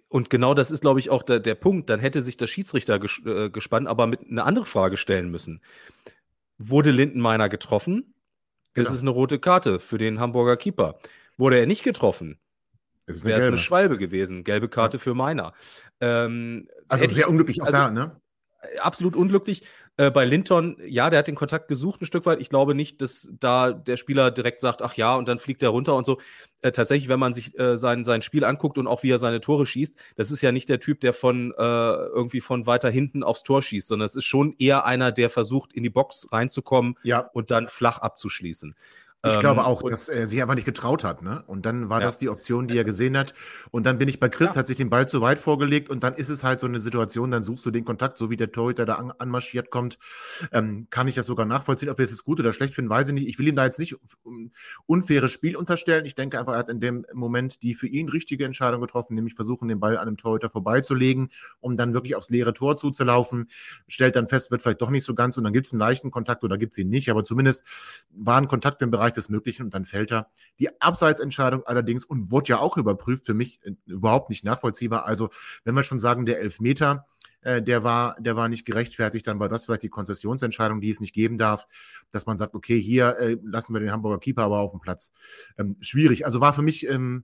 [SPEAKER 4] und genau das ist, glaube ich, auch der, der Punkt. Dann hätte sich der Schiedsrichter ges äh, gespannt, aber mit eine andere Frage stellen müssen. Wurde Lindenmeiner getroffen?
[SPEAKER 2] Genau.
[SPEAKER 4] Es ist eine rote Karte für den Hamburger Keeper. Wurde er nicht getroffen?
[SPEAKER 2] Es ist
[SPEAKER 4] Wäre es
[SPEAKER 2] gelbe.
[SPEAKER 4] eine Schwalbe gewesen. Gelbe Karte für Meiner. Ähm,
[SPEAKER 2] Also
[SPEAKER 4] hätte
[SPEAKER 2] sehr
[SPEAKER 4] ich-
[SPEAKER 2] unglücklich auch
[SPEAKER 4] also-
[SPEAKER 2] da, ne?
[SPEAKER 4] Absolut unglücklich. Äh, bei Linton, ja, der hat den Kontakt gesucht ein Stück weit. Ich glaube nicht, dass da der Spieler direkt sagt, ach ja, und dann fliegt er runter und so. Äh, tatsächlich, wenn man sich äh, sein, sein Spiel anguckt und auch wie er seine Tore schießt, das ist ja nicht der Typ, der von äh, irgendwie von weiter hinten aufs Tor schießt, sondern es ist schon eher einer, der versucht, in die Box reinzukommen
[SPEAKER 2] Ja.
[SPEAKER 4] und dann flach abzuschließen.
[SPEAKER 2] Ich
[SPEAKER 4] Ähm,
[SPEAKER 2] glaube auch,
[SPEAKER 4] und-
[SPEAKER 2] dass er sich einfach nicht getraut hat, ne? Und dann war
[SPEAKER 4] Ja.
[SPEAKER 2] das die Option, die er gesehen hat. Und dann bin ich bei Chris,
[SPEAKER 4] Ja.
[SPEAKER 2] hat sich den Ball zu weit vorgelegt und dann ist es halt so eine Situation, dann suchst du den Kontakt, so wie der Torhüter da an, anmarschiert kommt. Ähm, kann ich das sogar nachvollziehen, ob wir es jetzt gut oder schlecht finden, weiß ich nicht. Ich will ihm da jetzt nicht um, unfaires Spiel unterstellen. Ich denke einfach, er hat in dem Moment die für ihn richtige Entscheidung getroffen, nämlich versuchen, den Ball an einem Torhüter vorbeizulegen, um dann wirklich aufs leere Tor zuzulaufen. Stellt dann fest, wird vielleicht doch nicht so ganz und dann gibt es einen leichten Kontakt oder gibt es ihn nicht, aber zumindest war ein Kontakt im Bereich des Möglichen und dann fällt er. Die Abseitsentscheidung allerdings und wurde ja auch überprüft, für mich äh, überhaupt nicht nachvollziehbar. Also wenn wir schon sagen, der Elfmeter, äh, der war, der war nicht gerechtfertigt, dann war das vielleicht die Konzessionsentscheidung, die es nicht geben darf, dass man sagt, okay, hier äh, lassen wir den Hamburger Keeper aber auf dem Platz. Ähm, schwierig. Also war für mich ähm,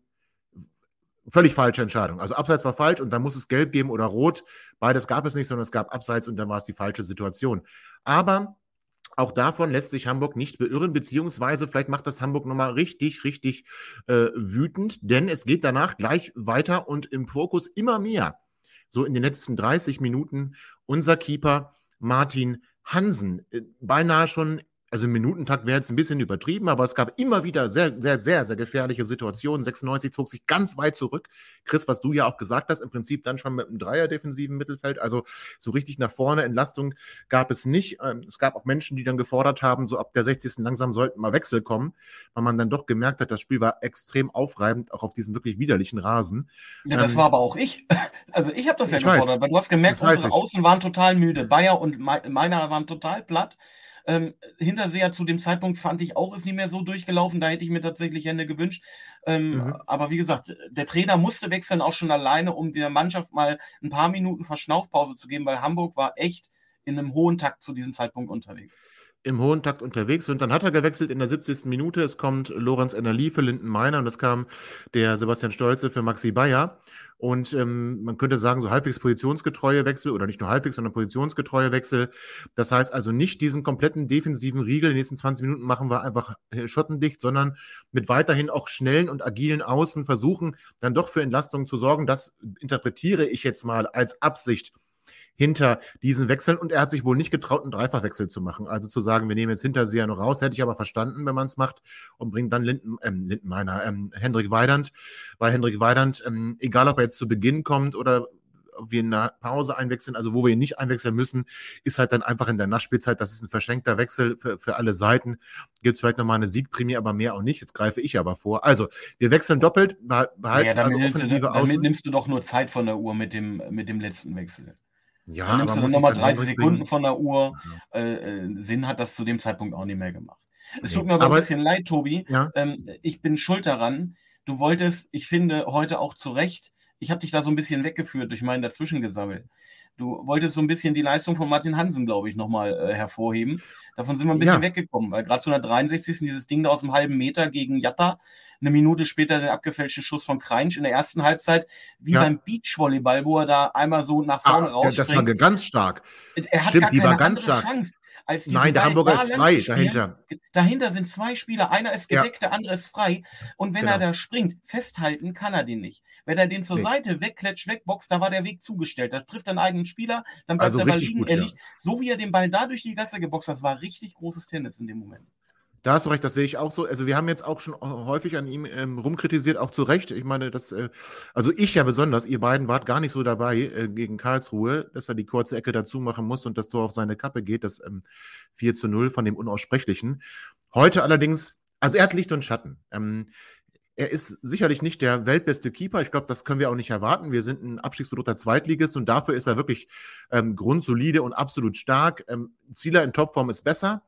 [SPEAKER 2] völlig falsche Entscheidung. Also Abseits war falsch und dann muss es gelb geben oder rot. Beides gab es nicht, sondern es gab Abseits und dann war es die falsche Situation. Aber auch davon lässt sich Hamburg nicht beirren, beziehungsweise vielleicht macht das Hamburg nochmal richtig, richtig äh, wütend, denn es geht danach gleich weiter und im Fokus immer mehr. So in den letzten dreißig Minuten unser Keeper Martin Hansen, äh, beinahe schon, also im Minutentakt wäre jetzt ein bisschen übertrieben, aber es gab immer wieder sehr, sehr, sehr, sehr gefährliche Situationen. sechsundneunzig zog sich ganz weit zurück. Chris, was du ja auch gesagt hast, im Prinzip dann schon mit einem Dreier-defensiven Mittelfeld, also so richtig nach vorne Entlastung gab es nicht. Ähm, Es gab auch Menschen, die dann gefordert haben, so ab der sechzigsten langsam sollten mal Wechsel kommen, weil man dann doch gemerkt hat, das Spiel war extrem aufreibend, auch auf diesem wirklich widerlichen Rasen.
[SPEAKER 3] Ja, das
[SPEAKER 2] Ähm,
[SPEAKER 3] war aber auch ich. Also ich habe das ja
[SPEAKER 2] ich weiß.
[SPEAKER 3] gefordert, weil du hast gemerkt,
[SPEAKER 2] Das weiß
[SPEAKER 3] unsere
[SPEAKER 2] ich.
[SPEAKER 3] Außen waren total müde. Bayer und Me- Meiner waren total platt. Ähm, Hinterseher zu dem Zeitpunkt fand ich auch, ist nicht mehr so durchgelaufen. Da hätte ich mir tatsächlich Hände gewünscht. Ähm,
[SPEAKER 2] Mhm.
[SPEAKER 3] Aber wie gesagt, der Trainer musste wechseln, auch schon alleine, um der Mannschaft mal ein paar Minuten Verschnaufpause zu geben, weil Hamburg war echt in einem hohen Takt zu diesem Zeitpunkt unterwegs.
[SPEAKER 2] im hohen Takt unterwegs und dann hat er gewechselt in der siebzigsten Minute. Es kommt Lorenz Ennerli für Lindenmeiner und es kam der Sebastian Stolze für Maxi Bayer. Und ähm, man könnte sagen, so halbwegs positionsgetreue Wechsel oder nicht nur halbwegs, sondern positionsgetreue Wechsel. Das heißt also nicht diesen kompletten defensiven Riegel, die nächsten zwanzig Minuten machen wir einfach äh, schottendicht, sondern mit weiterhin auch schnellen und agilen Außen versuchen, dann doch für Entlastung zu sorgen. Das interpretiere ich jetzt mal als Absicht hinter diesen Wechseln und er hat sich wohl nicht getraut, einen Dreifachwechsel zu machen. Also zu sagen, wir nehmen jetzt Hinterseher noch raus, hätte ich aber verstanden, wenn man es macht und bringt dann Linden, ähm, Lindenmeiner, ähm, Hendrik Weidand, weil Hendrik Weidand, ähm, egal ob er jetzt zu Beginn kommt oder ob wir in der Pause einwechseln, also wo wir ihn nicht einwechseln müssen, ist halt dann einfach in der Nachspielzeit, das ist ein verschenkter Wechsel für, für alle Seiten, gibt es vielleicht nochmal eine Siegprämie, aber mehr auch nicht, jetzt greife ich aber vor. Also, wir wechseln doppelt, behalten
[SPEAKER 3] Ja, damit,
[SPEAKER 2] also
[SPEAKER 3] nimmst du,
[SPEAKER 2] offensive
[SPEAKER 3] damit
[SPEAKER 2] Außen.
[SPEAKER 3] nimmst du doch nur Zeit von der Uhr mit dem, mit dem letzten Wechsel.
[SPEAKER 2] Ja,
[SPEAKER 3] Dann nimmst
[SPEAKER 2] aber
[SPEAKER 3] du dann
[SPEAKER 2] muss ich
[SPEAKER 3] nochmal
[SPEAKER 2] dann
[SPEAKER 3] dreißig
[SPEAKER 2] Hendrik
[SPEAKER 3] Sekunden
[SPEAKER 2] bringen?
[SPEAKER 3] von der Uhr.
[SPEAKER 2] Ja.
[SPEAKER 3] Äh, äh, Sinn hat das zu dem Zeitpunkt auch nicht mehr gemacht. Es
[SPEAKER 2] Nee.
[SPEAKER 3] tut mir aber,
[SPEAKER 2] Aber-
[SPEAKER 3] ein bisschen leid, Tobi.
[SPEAKER 2] Ja.
[SPEAKER 3] Ähm, ich bin schuld daran. Du wolltest, ich finde, heute auch zu Recht, ich habe dich da so ein bisschen weggeführt durch mein Dazwischengesammel. Du wolltest so ein bisschen die Leistung von Martin Hansen, glaube ich, nochmal äh, hervorheben. Davon sind wir ein bisschen
[SPEAKER 2] Ja.
[SPEAKER 3] weggekommen, weil gerade zu einer dreiundsechzigsten dieses Ding da aus dem halben Meter gegen Jatta, eine Minute später den abgefälschten Schuss von Kreinsch in der ersten Halbzeit, wie
[SPEAKER 2] Ja.
[SPEAKER 3] beim Beachvolleyball, wo er da einmal so nach vorne
[SPEAKER 2] Ah, ja, das war
[SPEAKER 3] rausspringt.
[SPEAKER 2] ganz stark.
[SPEAKER 3] Er hat
[SPEAKER 2] Stimmt,
[SPEAKER 3] gar
[SPEAKER 2] die
[SPEAKER 3] keine
[SPEAKER 2] war ganz
[SPEAKER 3] andere
[SPEAKER 2] stark.
[SPEAKER 3] Chance, als diesen
[SPEAKER 2] Nein, der
[SPEAKER 3] Ball
[SPEAKER 2] Hamburger
[SPEAKER 3] da
[SPEAKER 2] ist
[SPEAKER 3] lang
[SPEAKER 2] frei
[SPEAKER 3] zu spielen.
[SPEAKER 2] dahinter.
[SPEAKER 3] Dahinter sind zwei Spieler, einer ist
[SPEAKER 2] Ja.
[SPEAKER 3] gedeckt, der andere ist frei. Und wenn
[SPEAKER 2] Genau.
[SPEAKER 3] er da springt, festhalten kann er den nicht. Wenn er den zur
[SPEAKER 2] Nee.
[SPEAKER 3] Seite wegklatscht, wegboxt, da war der Weg zugestellt. Da trifft er einen eigenen Spieler, dann bleibt
[SPEAKER 2] Also
[SPEAKER 3] der Ball
[SPEAKER 2] richtig
[SPEAKER 3] liegen.
[SPEAKER 2] gut,
[SPEAKER 3] er
[SPEAKER 2] ja.
[SPEAKER 3] liegt. So wie er den Ball da durch die Gasse geboxt hat, das war richtig großes Tennis in dem Moment.
[SPEAKER 2] Da hast du recht, das sehe ich auch so. Also wir haben jetzt auch schon häufig an ihm ähm, rumkritisiert, auch zu Recht. Ich meine, das, äh, also ich ja besonders, ihr beiden wart gar nicht so dabei äh, gegen Karlsruhe, dass er die kurze Ecke dazu machen muss und das Tor auf seine Kappe geht, das ähm, vier zu null von dem Unaussprechlichen. Heute allerdings, also er hat Licht und Schatten. Ähm, er ist sicherlich nicht der weltbeste Keeper. Ich glaube, das können wir auch nicht erwarten. Wir sind ein abstiegsbedrohter Zweitligist und dafür ist er wirklich ähm, grundsolide und absolut stark. Ähm, Zieler in Topform ist besser.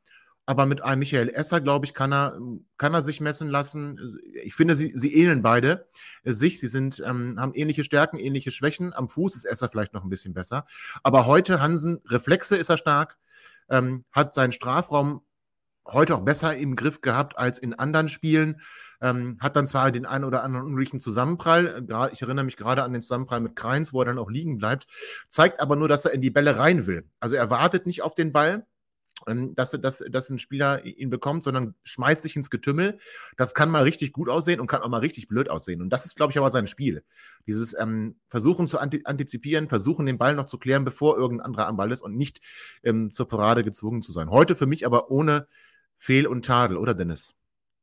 [SPEAKER 2] aber mit einem Michael Esser, glaube ich, kann er, kann er sich messen lassen. Ich finde, sie, sie ähneln beide äh, sich. Sie sind, ähm, haben ähnliche Stärken, ähnliche Schwächen. Am Fuß ist Esser vielleicht noch ein bisschen besser. Aber heute, Hansen, Reflexe ist er stark, ähm, hat seinen Strafraum heute auch besser im Griff gehabt als in anderen Spielen. Ähm, hat dann zwar den einen oder anderen unglücklichen Zusammenprall, äh, ich erinnere mich gerade an den Zusammenprall mit Kreins, wo er dann auch liegen bleibt, zeigt aber nur, dass er in die Bälle rein will. Also er wartet nicht auf den Ball, ähm, dass, dass, dass ein Spieler ihn bekommt, sondern schmeißt sich ins Getümmel. Das kann mal richtig gut aussehen und kann auch mal richtig blöd aussehen. Und das ist, glaube ich, aber sein Spiel. Dieses ähm, Versuchen zu anti- antizipieren, versuchen den Ball noch zu klären, bevor irgendein anderer am Ball ist und nicht ähm, zur Parade gezwungen zu sein. Heute für mich aber ohne Fehl und Tadel, oder Dennis?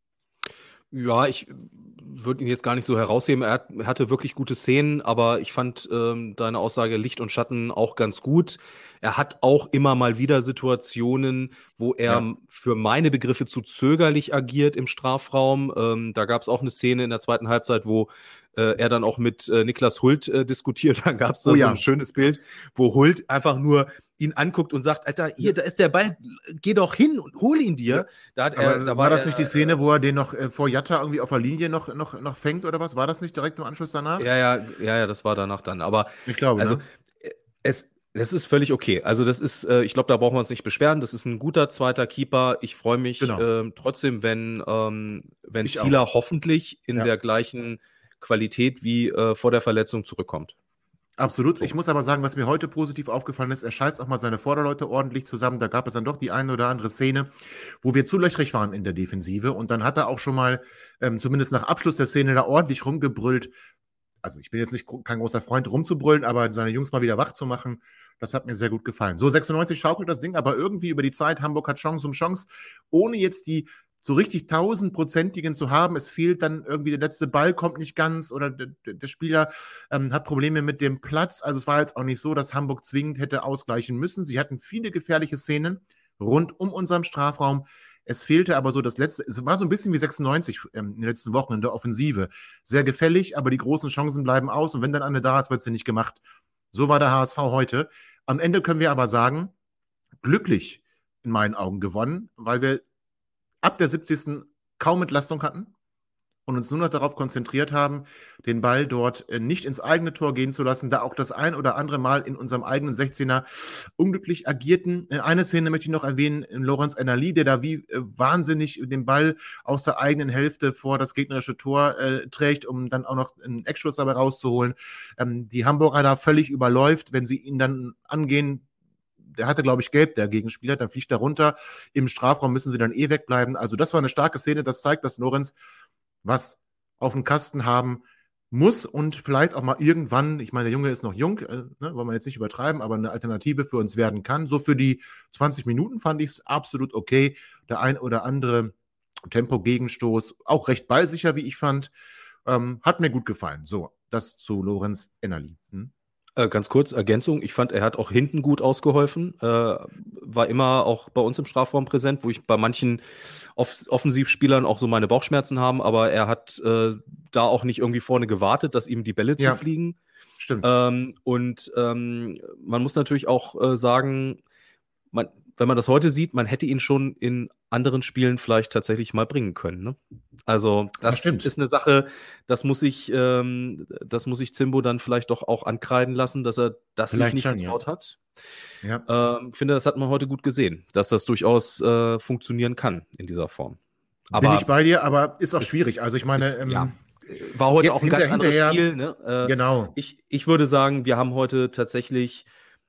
[SPEAKER 4] Ja, ich würde ihn jetzt gar nicht so herausheben. Er, hat, er hatte wirklich gute Szenen, aber ich fand ähm, deine Aussage Licht und Schatten auch ganz gut. Er hat auch immer mal wieder Situationen, wo er
[SPEAKER 2] Ja.
[SPEAKER 4] für meine Begriffe zu zögerlich agiert im Strafraum. Ähm, da gab es auch eine Szene in der zweiten Halbzeit, wo äh, er dann auch mit äh, Niklas Hult äh, diskutiert. Da gab es da
[SPEAKER 2] Oh
[SPEAKER 4] so
[SPEAKER 2] ja.
[SPEAKER 4] ein schönes Bild, wo Hult einfach nur ihn anguckt und sagt, Alter, hier, da ist der Ball, geh doch hin und hol ihn dir. Da hat er,
[SPEAKER 2] Aber
[SPEAKER 4] da
[SPEAKER 2] war das
[SPEAKER 4] er,
[SPEAKER 2] nicht die Szene, wo er den noch äh, vor Jatta irgendwie auf der Linie noch, noch, noch fängt oder was? War das nicht direkt im Anschluss danach?
[SPEAKER 4] Ja, ja, ja, ja, das war danach dann. Aber
[SPEAKER 2] Ich glaube,
[SPEAKER 4] also
[SPEAKER 2] ne?
[SPEAKER 4] es, es ist völlig okay. Also das ist, äh, ich glaube, da brauchen wir uns nicht beschweren. Das ist ein guter zweiter Keeper. Ich freue mich
[SPEAKER 2] Genau.
[SPEAKER 4] ähm, trotzdem, wenn, ähm, wenn
[SPEAKER 2] Ich
[SPEAKER 4] Zieler hoffentlich in
[SPEAKER 2] Ja.
[SPEAKER 4] der gleichen Qualität wie äh, vor der Verletzung zurückkommt.
[SPEAKER 2] Absolut. Ich muss aber sagen, was mir heute positiv aufgefallen ist, er scheißt auch mal seine Vorderleute ordentlich zusammen. Da gab es dann doch die eine oder andere Szene, wo wir zu löchrig waren in der Defensive. Und dann hat er auch schon mal, ähm, zumindest nach Abschluss der Szene, da ordentlich rumgebrüllt. Also ich bin jetzt nicht gro- kein großer Freund rumzubrüllen, aber seine Jungs mal wieder wach zu machen, das hat mir sehr gut gefallen. So, sechsundneunzig schaukelt das Ding, aber irgendwie über die Zeit, Hamburg hat Chance um Chance, ohne jetzt die so richtig tausendprozentigen zu haben. Es fehlt dann irgendwie, der letzte Ball kommt nicht ganz oder der, der der Spieler ähm, hat Probleme mit dem Platz. Also es war jetzt auch nicht so, dass Hamburg zwingend hätte ausgleichen müssen. Sie hatten viele gefährliche Szenen rund um unseren Strafraum. Es fehlte aber so das letzte, es war so ein bisschen wie sechsundneunzig ähm, in den letzten Wochen in der Offensive. Sehr gefällig, aber die großen Chancen bleiben aus und wenn dann eine da ist, wird sie nicht gemacht. So war der H S V heute. Am Ende können wir aber sagen, glücklich in meinen Augen gewonnen, weil wir ab der siebzigsten kaum Entlastung hatten und uns nur noch darauf konzentriert haben, den Ball dort äh, nicht ins eigene Tor gehen zu lassen, da auch das ein oder andere Mal in unserem eigenen sechzehner unglücklich agierten. Äh, Eine Szene möchte ich noch erwähnen, äh, Lorenz Ennerli, der da wie äh, wahnsinnig den Ball aus der eigenen Hälfte vor das gegnerische Tor äh, trägt, um dann auch noch einen Eckschuss dabei rauszuholen. Ähm, die Hamburger da völlig überläuft, wenn sie ihn dann angehen. Der hatte, glaube ich, gelb, der Gegenspieler, dann fliegt er runter. Im Strafraum müssen sie dann eh wegbleiben. Also das war eine starke Szene, das zeigt, dass Lorenz was auf dem Kasten haben muss und vielleicht auch mal irgendwann, ich meine, der Junge ist noch jung, äh, ne, wollen wir jetzt nicht übertreiben, aber eine Alternative für uns werden kann. So für die zwanzig Minuten fand ich es absolut okay. Der ein oder andere Tempo-Gegenstoß, auch recht ballsicher, wie ich fand, ähm, hat mir gut gefallen. So, das zu Lorenz Ennerli. Hm?
[SPEAKER 4] Äh, ganz kurz, Ergänzung. Ich fand, er hat auch hinten gut ausgeholfen. Äh, war immer auch bei uns im Strafraum präsent, wo ich bei manchen Off- Offensivspielern auch so meine Bauchschmerzen haben, aber er hat äh, da auch nicht irgendwie vorne gewartet, dass ihm die Bälle
[SPEAKER 2] Ja.
[SPEAKER 4] zufliegen.
[SPEAKER 2] Stimmt.
[SPEAKER 4] Ähm, und ähm, man muss natürlich auch äh, sagen, man, wenn man das heute sieht, man hätte ihn schon in anderen Spielen vielleicht tatsächlich mal bringen können. Ne? Also das
[SPEAKER 2] stimmt.
[SPEAKER 4] ist eine Sache, das muss ich, ähm, das muss ich Zimbo dann vielleicht doch auch ankreiden lassen, dass er das sich
[SPEAKER 2] Vielleicht
[SPEAKER 4] nicht
[SPEAKER 2] schon, ja.
[SPEAKER 4] getraut hat.
[SPEAKER 2] Ja.
[SPEAKER 4] Ähm, finde, das hat man heute gut gesehen, dass das durchaus äh, funktionieren kann in dieser Form.
[SPEAKER 2] Bin ich bei dir, aber ist auch
[SPEAKER 4] es
[SPEAKER 2] schwierig. Also ich meine,
[SPEAKER 4] ist-
[SPEAKER 2] ähm,
[SPEAKER 4] ja. War heute
[SPEAKER 2] jetzt
[SPEAKER 4] auch ein ganz
[SPEAKER 2] hinter-
[SPEAKER 4] anderes
[SPEAKER 2] hinterher-
[SPEAKER 4] Spiel. Ne? Äh,
[SPEAKER 2] genau.
[SPEAKER 4] ich, ich würde sagen, wir haben heute tatsächlich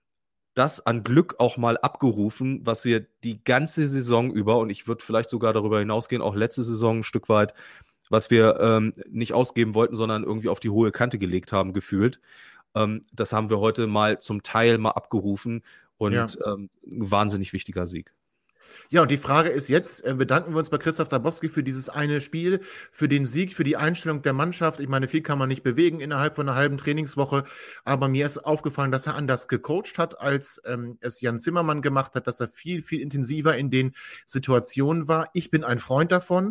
[SPEAKER 4] das an Glück auch mal abgerufen, was wir die ganze Saison über, und ich würde vielleicht sogar darüber hinausgehen, auch letzte Saison ein Stück weit, was wir ähm, nicht ausgeben wollten, sondern irgendwie auf die hohe Kante gelegt haben, gefühlt. Ähm, das haben wir heute mal zum Teil mal abgerufen und
[SPEAKER 2] Ja.
[SPEAKER 4] ähm, ein wahnsinnig wichtiger Sieg.
[SPEAKER 2] Ja, und die Frage ist jetzt, äh, bedanken wir uns bei Christoph Dabowski für dieses eine Spiel, für den Sieg, für die Einstellung der Mannschaft. Ich meine, viel kann man nicht bewegen innerhalb von einer halben Trainingswoche, aber mir ist aufgefallen, dass er anders gecoacht hat, als ähm, es Jan Zimmermann gemacht hat, dass er viel, viel intensiver in den Situationen war. Ich bin ein Freund davon,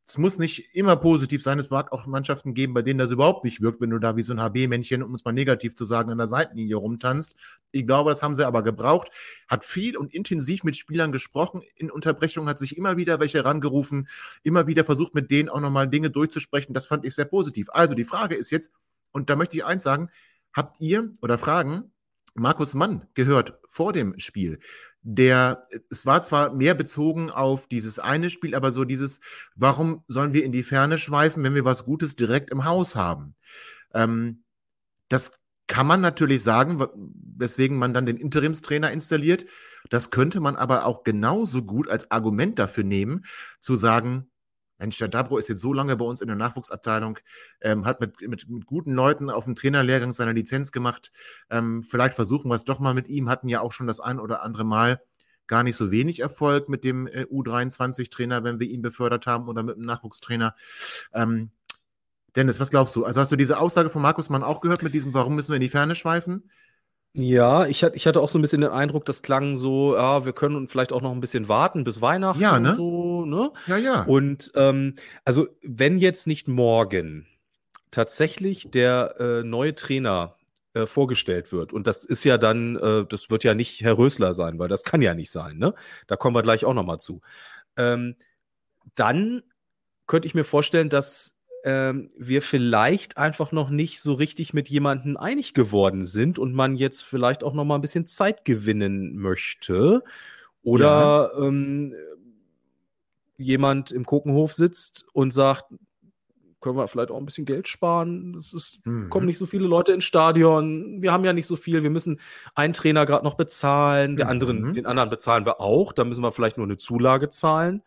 [SPEAKER 2] es muss nicht immer positiv sein. Es mag auch Mannschaften geben, bei denen das überhaupt nicht wirkt, wenn du da wie so ein H B-Männchen, um es mal negativ zu sagen, an der Seitenlinie rumtanzt. Ich glaube, das haben sie aber gebraucht. Hat viel und intensiv mit Spielern gesprochen. In Unterbrechung hat sich immer wieder welche rangerufen, immer wieder versucht, mit denen auch nochmal Dinge durchzusprechen. Das fand ich sehr positiv. Also die Frage ist jetzt, und da möchte ich eins sagen, habt ihr oder fragen Markus Mann gehört vor dem Spiel? Der, es war zwar mehr bezogen auf dieses eine Spiel, aber so dieses, warum sollen wir in die Ferne schweifen, wenn wir was Gutes direkt im Haus haben? Ähm, das kann man natürlich sagen, weswegen man dann den Interimstrainer installiert. Das könnte man aber auch genauso gut als Argument dafür nehmen, zu sagen, Mensch, der Dabro ist jetzt so lange bei uns in der Nachwuchsabteilung, ähm, hat mit, mit, mit guten Leuten auf dem Trainerlehrgang seine Lizenz gemacht. Ähm, vielleicht versuchen wir es doch mal mit ihm. Hatten ja auch schon das ein oder andere Mal gar nicht so wenig Erfolg mit dem äh, U dreiundzwanzig-Trainer, wenn wir ihn befördert haben oder mit dem Nachwuchstrainer. Ähm, Dennis, was glaubst du? Also hast du diese Aussage von Markus Mann auch gehört mit diesem, warum müssen wir in die Ferne schweifen?
[SPEAKER 4] Ja, ich hatte, ich hatte auch so ein bisschen den Eindruck, das klang so, ja, wir können vielleicht auch noch ein bisschen warten bis Weihnachten
[SPEAKER 2] Ja, ne?
[SPEAKER 4] und so, ne?
[SPEAKER 2] Ja, ja.
[SPEAKER 4] Und ähm, also, wenn jetzt nicht morgen tatsächlich der äh, neue Trainer äh, vorgestellt wird, und das ist ja dann, äh, das wird ja nicht Herr Rösler sein, weil das kann ja nicht sein, ne? Da kommen wir gleich auch nochmal zu. Ähm, dann könnte ich mir vorstellen, dass ähm, wir vielleicht einfach noch nicht so richtig mit jemandem einig geworden sind und man jetzt vielleicht auch noch mal ein bisschen Zeit gewinnen möchte. Oder ja. ähm, jemand im Kokenhof sitzt und sagt, können wir vielleicht auch ein bisschen Geld sparen. Es ist, mhm. kommen nicht so viele Leute ins Stadion. Wir haben ja nicht so viel. Wir müssen einen Trainer gerade noch bezahlen. Der
[SPEAKER 2] mhm.
[SPEAKER 4] anderen, den anderen bezahlen wir auch. Da müssen wir vielleicht nur eine Zulage zahlen.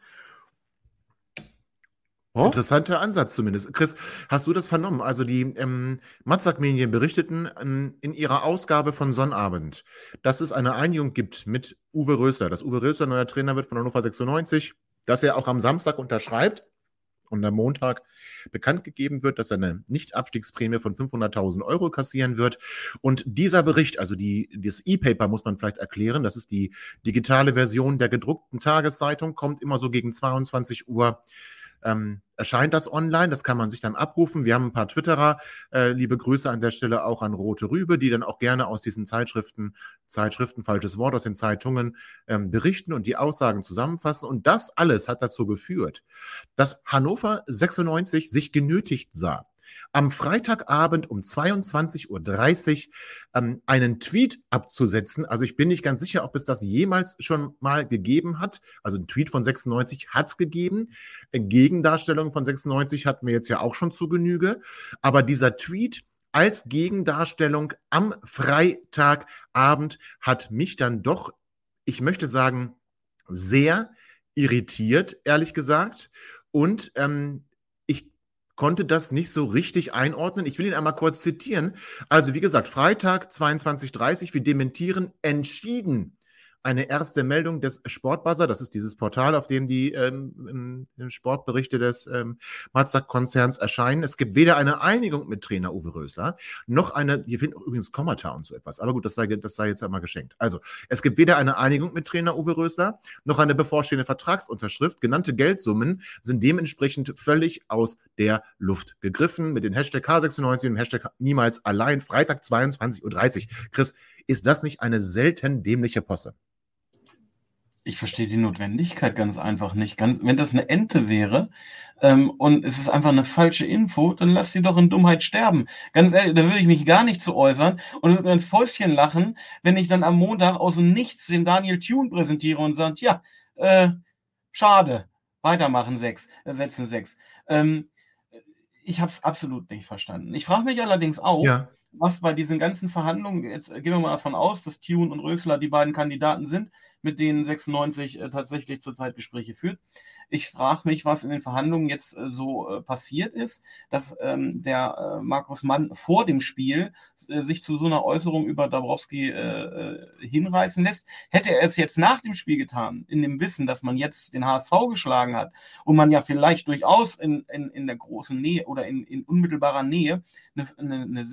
[SPEAKER 2] Oh? Interessanter Ansatz zumindest. Chris, hast du das vernommen? Also die ähm, Matzak-Medien berichteten ähm, in ihrer Ausgabe von Sonnabend, dass es eine Einigung gibt mit Uwe Rösler, dass Uwe Rösler neuer Trainer wird von Hannover sechsundneunzig, dass er auch am Samstag unterschreibt und am Montag bekannt gegeben wird, dass er eine Nicht-Abstiegsprämie von fünfhunderttausend Euro kassieren wird. Und dieser Bericht, also die, das E-Paper muss man vielleicht erklären, das ist die digitale Version der gedruckten Tageszeitung, kommt immer so gegen zweiundzwanzig Uhr Ähm, erscheint das online, das kann man sich dann abrufen. Wir haben ein paar Twitterer, äh, liebe Grüße an der Stelle auch an Rote Rübe, die dann auch gerne aus diesen Zeitschriften, Zeitschriften, falsches Wort, aus den Zeitungen ähm, berichten und die Aussagen zusammenfassen. Und das alles hat dazu geführt, dass Hannover sechsundneunzig sich genötigt sah, am Freitagabend um zweiundzwanzig Uhr dreißig ähm, einen Tweet abzusetzen. Also ich bin nicht ganz sicher, ob es das jemals schon mal gegeben hat. Also ein Tweet von sechsundneunzig hat es gegeben. Gegendarstellung von sechsundneunzig hatten wir jetzt ja auch schon zu Genüge. Aber dieser Tweet als Gegendarstellung am Freitagabend hat mich dann doch, ich möchte sagen, sehr irritiert, ehrlich gesagt. Und ähm, konnte das nicht so richtig einordnen. Ich will ihn einmal kurz zitieren. Also wie gesagt, Freitag zweiundzwanzig Uhr dreißig, wir dementieren entschieden eine erste Meldung des Sportbuzzer. Das ist dieses Portal, auf dem die ähm, Sportberichte des ähm, Matzak-Konzerns erscheinen. Es gibt weder eine Einigung mit Trainer Uwe Rösler, noch eine, hier fehlt auch übrigens Kommata und so etwas, aber gut, das sei, das sei jetzt einmal geschenkt. Also, es gibt weder eine Einigung mit Trainer Uwe Rösler, noch eine bevorstehende Vertragsunterschrift. Genannte Geldsummen sind dementsprechend völlig aus der Luft gegriffen. Mit dem Hashtag K sechsundneunzig und dem Hashtag niemals allein, Freitag zweiundzwanzig Uhr dreißig. Chris, ist das nicht eine selten dämliche Posse?
[SPEAKER 3] Ich verstehe die Notwendigkeit ganz einfach nicht. Ganz, wenn das eine Ente wäre ähm, und es ist einfach eine falsche Info, dann lass sie doch in Dummheit sterben. Ganz ehrlich, da würde ich mich gar nicht zu äußern und würde mir ins Fäustchen lachen, wenn ich dann am Montag aus dem Nichts den Daniel Thune präsentiere und sage, ja, äh, schade, weitermachen sechs, äh, setzen sechs. Ähm, ich habe es absolut nicht verstanden. Ich frage mich allerdings auch, ja. was bei diesen ganzen Verhandlungen, jetzt gehen wir mal davon aus, dass Thune und Rösler die beiden Kandidaten sind, mit denen sechsundneunzig äh, tatsächlich zurzeit Gespräche führt. Ich frage mich, was in den Verhandlungen jetzt äh, so äh, passiert ist, dass ähm, der äh, Markus Mann vor dem Spiel äh, sich zu so einer Äußerung über Dabrowski äh, äh, hinreißen lässt. Hätte er es jetzt nach dem Spiel getan, in dem Wissen, dass man jetzt den H S V geschlagen hat und man ja vielleicht durchaus in, in, in der großen Nähe oder in, in unmittelbarer Nähe eine, eine, eine sinnvolle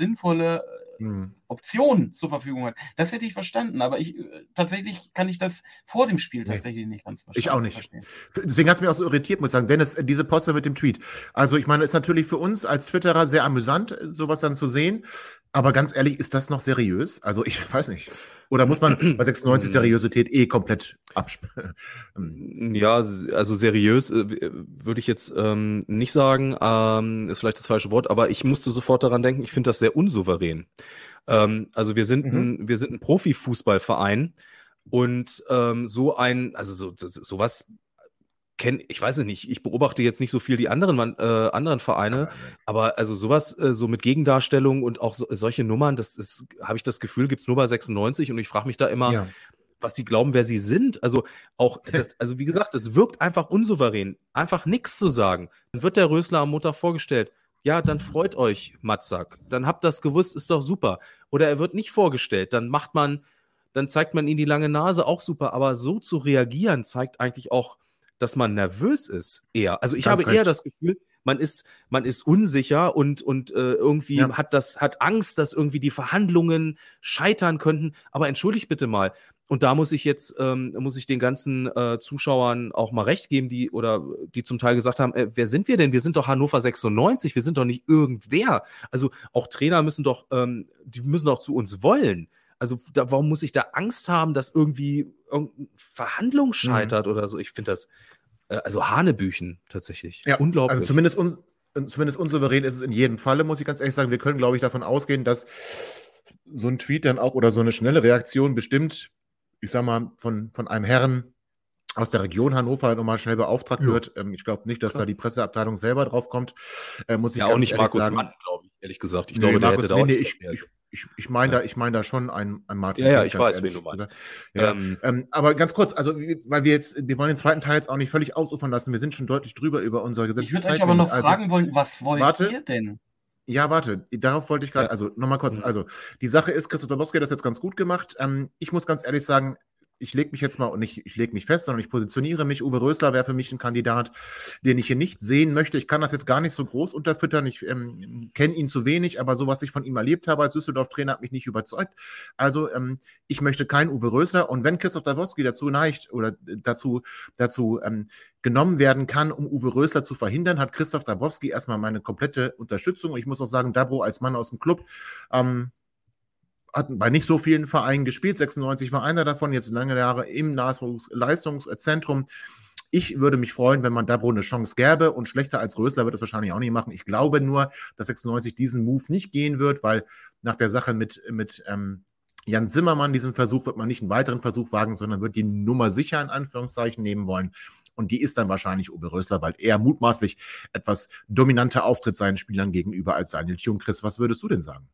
[SPEAKER 3] viele
[SPEAKER 2] Hm.
[SPEAKER 3] Optionen zur Verfügung hat. Das hätte ich verstanden, aber ich tatsächlich kann ich das vor dem Spiel
[SPEAKER 2] Nee,
[SPEAKER 3] tatsächlich nicht ganz verstehen.
[SPEAKER 2] ich auch nicht.
[SPEAKER 3] verstehen.
[SPEAKER 2] Deswegen hat es mich auch so irritiert, muss ich sagen. Dennis, diese Poster mit dem Tweet. Also ich meine, ist natürlich für uns als Twitterer sehr amüsant, sowas dann zu sehen. Aber ganz ehrlich, ist das noch seriös? Also ich weiß nicht. Oder muss man bei sechsundneunzig Seriosität eh komplett abspielen?
[SPEAKER 4] Ja, also seriös äh, würde ich jetzt ähm, nicht sagen, ähm, ist vielleicht das falsche Wort, aber ich musste sofort daran denken, ich finde das sehr unsouverän. Ähm, also wir sind
[SPEAKER 2] Mhm.
[SPEAKER 4] ein, wir sind ein Profifußballverein und ähm, so ein, also so, so sowas kenne ich, weiß es nicht, ich beobachte jetzt nicht so viel die anderen Mann- äh, anderen Vereine, aber also sowas äh, so mit Gegendarstellung und auch so, solche Nummern, das ist, habe ich das Gefühl, gibt's nur bei sechsundneunzig und ich frage mich da immer,
[SPEAKER 2] Ja.
[SPEAKER 4] was sie glauben, wer sie sind. Also auch, das, also wie gesagt, das wirkt einfach unsouverän, einfach nichts zu sagen. Dann wird der Rösler am Montag vorgestellt. Ja, dann freut euch, Matzak. Dann habt das gewusst, ist doch super. Oder er wird nicht vorgestellt. Dann macht man, dann zeigt man ihm die lange Nase, auch super. Aber so zu reagieren zeigt eigentlich auch, dass man nervös ist. Eher. Also ich
[SPEAKER 2] Ganz
[SPEAKER 4] habe eher
[SPEAKER 2] recht.
[SPEAKER 4] das Gefühl, man ist, man ist unsicher und, und äh, irgendwie
[SPEAKER 2] Ja.
[SPEAKER 4] hat das, hat Angst, dass irgendwie die Verhandlungen scheitern könnten. Aber entschuldigt bitte mal. Und da muss ich jetzt, ähm, muss ich den ganzen äh, Zuschauern auch mal recht geben, die oder die zum Teil gesagt haben, äh, wer sind wir denn? Wir sind doch Hannover sechsundneunzig, wir sind doch nicht irgendwer. Also auch Trainer müssen doch, ähm, die müssen doch zu uns wollen. Also da, warum muss ich da Angst haben, dass irgendwie irgendeine Verhandlung scheitert oder so? Ich finde das, äh, also Hanebüchen tatsächlich.
[SPEAKER 2] Ja,
[SPEAKER 4] Unglaublich.
[SPEAKER 2] also zumindest, un, zumindest unsouverän ist es in jedem Falle, muss ich ganz ehrlich sagen. Wir können, glaube ich, davon ausgehen, dass so ein Tweet dann auch oder so eine schnelle Reaktion bestimmt, ich sag mal, von, von einem Herrn aus der Region Hannover nochmal schnell beauftragt
[SPEAKER 4] Ja.
[SPEAKER 2] wird. Ähm, ich glaube nicht, dass da die Presseabteilung selber drauf kommt. Äh, muss ich
[SPEAKER 4] ja, auch
[SPEAKER 2] ganz
[SPEAKER 4] nicht
[SPEAKER 2] ehrlich
[SPEAKER 4] Markus
[SPEAKER 2] sagen.
[SPEAKER 4] Mann, glaube ich, ehrlich gesagt. Ich
[SPEAKER 2] Nee,
[SPEAKER 4] glaube, der
[SPEAKER 2] Markus,
[SPEAKER 4] hätte da
[SPEAKER 2] nee,
[SPEAKER 4] auch
[SPEAKER 2] nee,
[SPEAKER 4] nicht
[SPEAKER 2] ich,
[SPEAKER 4] reagiert.
[SPEAKER 2] ich, ich, ich meine da, ich mein da schon einen, einen Martin.
[SPEAKER 4] Ja, ja,
[SPEAKER 2] Kind,
[SPEAKER 4] ich
[SPEAKER 2] ganz
[SPEAKER 4] weiß,
[SPEAKER 2] ehrlich
[SPEAKER 4] wen du meinst.
[SPEAKER 2] gesagt. Ja,
[SPEAKER 4] Ähm,
[SPEAKER 2] ähm, aber ganz kurz, also weil wir jetzt, wir wollen den zweiten Teil jetzt auch nicht völlig ausufern lassen. Wir sind schon deutlich drüber über unsere
[SPEAKER 3] Ich würde
[SPEAKER 2] Gesetzeszeit.
[SPEAKER 3] euch aber noch
[SPEAKER 2] Also,
[SPEAKER 3] fragen wollen, was wollt
[SPEAKER 2] warte.
[SPEAKER 3] ihr denn?
[SPEAKER 2] Ja, warte, darauf wollte ich gerade,
[SPEAKER 4] Ja.
[SPEAKER 2] also nochmal kurz,
[SPEAKER 4] Mhm.
[SPEAKER 2] also die Sache ist, Christoph Dabrowski hat das jetzt ganz gut gemacht. Ähm, ich muss ganz ehrlich sagen, ich lege mich jetzt mal, und nicht, ich lege mich fest, sondern ich positioniere mich. Uwe Rösler wäre für mich ein Kandidat, den ich hier nicht sehen möchte. Ich kann das jetzt gar nicht so groß unterfüttern. Ich ähm, kenne ihn zu wenig, aber so, was ich von ihm erlebt habe als Düsseldorf-Trainer, hat mich nicht überzeugt. Also ähm, ich möchte keinen Uwe Rösler. Und wenn Christoph Dabrowski dazu neigt oder dazu, dazu ähm, genommen werden kann, um Uwe Rösler zu verhindern, hat Christoph Dabrowski erstmal meine komplette Unterstützung. Und ich muss auch sagen, Dabro als Mann aus dem Club, ähm, hat bei nicht so vielen Vereinen gespielt. sechsundneunzig war einer davon, jetzt lange Jahre im Leistungszentrum. Ich würde mich freuen, wenn man Dabro eine Chance gäbe, und schlechter als Rösler wird es wahrscheinlich auch nicht machen. Ich glaube nur, dass sechsundneunzig diesen Move nicht gehen wird, weil nach der Sache mit, mit ähm, Jan Zimmermann, diesen Versuch, wird man nicht einen weiteren Versuch wagen, sondern wird die Nummer sicher in Anführungszeichen nehmen wollen. Und die ist dann wahrscheinlich Uwe Rösler, weil er mutmaßlich etwas dominanter auftritt seinen Spielern gegenüber als Daniel Thun. Chris, was würdest du denn sagen?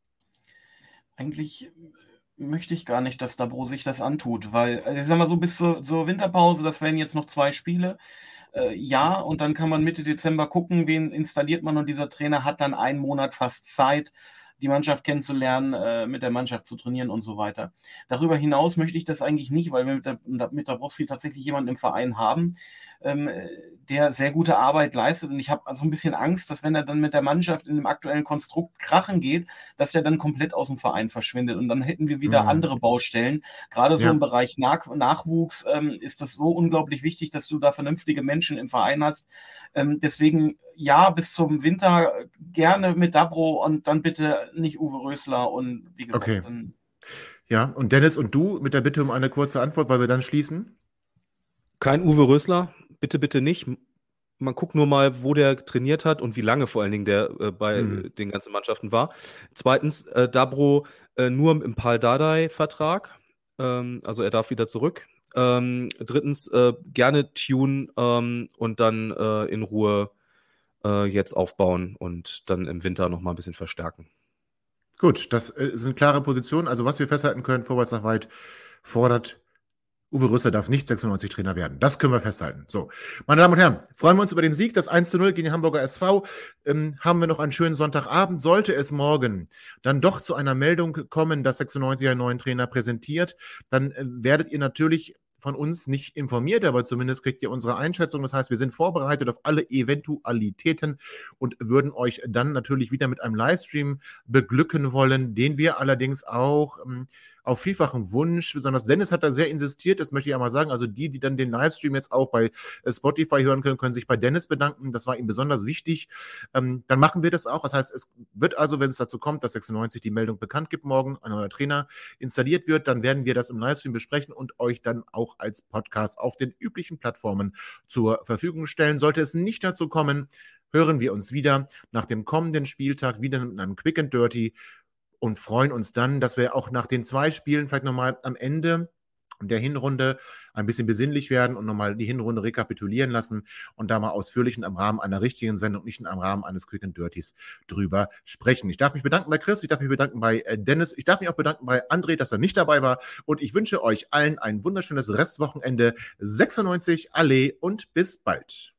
[SPEAKER 3] Eigentlich möchte ich gar nicht, dass Dabro sich das antut, weil, also ich sag mal so, bis zur, zur Winterpause, das wären jetzt noch zwei Spiele, äh, ja, und dann kann man Mitte Dezember gucken, wen installiert man, und dieser Trainer hat dann einen Monat fast Zeit, die Mannschaft kennenzulernen, äh, mit der Mannschaft zu trainieren und so weiter. Darüber hinaus möchte ich das eigentlich nicht, weil wir mit, der, mit Dabrowski tatsächlich jemanden im Verein haben, ähm, der sehr gute Arbeit leistet, und ich habe also ein bisschen Angst, dass wenn er dann mit der Mannschaft in dem aktuellen Konstrukt krachen geht, dass er dann komplett aus dem Verein verschwindet, und dann hätten wir wieder
[SPEAKER 2] Mhm.
[SPEAKER 3] andere Baustellen. Gerade so
[SPEAKER 2] Ja.
[SPEAKER 3] im Bereich Nach- Nachwuchs ähm, ist das so unglaublich wichtig, dass du da vernünftige Menschen im Verein hast. Ähm, deswegen ja, bis zum Winter gerne mit Dabro, und dann bitte nicht Uwe Rösler, und wie gesagt,
[SPEAKER 2] Okay.
[SPEAKER 3] dann
[SPEAKER 2] Ja, und Dennis und du mit der Bitte um eine kurze Antwort, weil wir dann schließen.
[SPEAKER 4] Kein Uwe Rösler, bitte, bitte nicht. Man guckt nur mal, wo der trainiert hat und wie lange vor allen Dingen der äh, bei
[SPEAKER 2] Mhm.
[SPEAKER 4] äh, den ganzen Mannschaften war. Zweitens, äh, Dabro äh, nur im Pal Dardai-Vertrag, ähm, also er darf wieder zurück. Ähm, drittens, äh, gerne Tune ähm, und dann äh, in Ruhe äh, jetzt aufbauen und dann im Winter nochmal ein bisschen verstärken.
[SPEAKER 2] Gut, das äh, sind klare Positionen. Also was wir festhalten können, Vorwärts nach Weit fordert, Uwe Rösler darf nicht sechsundneunzig Trainer werden. Das können wir festhalten. So, meine Damen und Herren, freuen wir uns über den Sieg, das eins zu null gegen den Hamburger S V. Ähm, haben wir noch einen schönen Sonntagabend. Sollte es morgen dann doch zu einer Meldung kommen, dass sechsundneunzig einen neuen Trainer präsentiert, dann äh, werdet ihr natürlich von uns nicht informiert, aber zumindest kriegt ihr unsere Einschätzung. Das heißt, wir sind vorbereitet auf alle Eventualitäten und würden euch dann natürlich wieder mit einem Livestream beglücken wollen, den wir allerdings auch ähm, auf vielfachen Wunsch, besonders Dennis hat da sehr insistiert, das möchte ich ja mal sagen, also die, die dann den Livestream jetzt auch bei Spotify hören können, können sich bei Dennis bedanken, das war ihm besonders wichtig. Ähm, dann machen wir das auch, das heißt, es wird also, wenn es dazu kommt, dass sechsundneunzig die Meldung bekannt gibt, morgen ein neuer Trainer installiert wird, dann werden wir das im Livestream besprechen und euch dann auch als Podcast auf den üblichen Plattformen zur Verfügung stellen. Sollte es nicht dazu kommen, hören wir uns wieder nach dem kommenden Spieltag wieder mit einem Quick and Dirty und freuen uns dann, dass wir auch nach den zwei Spielen vielleicht nochmal am Ende der Hinrunde ein bisschen besinnlich werden und nochmal die Hinrunde rekapitulieren lassen und da mal ausführlich und im Rahmen einer richtigen Sendung, nicht im Rahmen eines Quick and Dirtys drüber sprechen. Ich darf mich bedanken bei Chris, ich darf mich bedanken bei Dennis, ich darf mich auch bedanken bei André, dass er nicht dabei war und ich wünsche euch allen ein wunderschönes Restwochenende. sechsundneunzig, Allee und bis bald.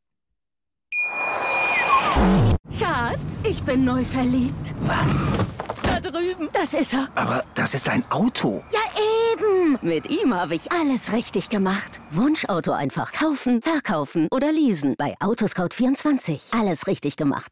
[SPEAKER 5] Schatz, ich bin neu verliebt.
[SPEAKER 6] Was?
[SPEAKER 5] Da drüben. Das ist er.
[SPEAKER 6] Aber das ist ein Auto.
[SPEAKER 5] Ja, eben. Mit ihm habe ich alles richtig gemacht. Wunschauto einfach kaufen, verkaufen oder leasen. Bei Autoscout vierundzwanzig. Alles richtig gemacht.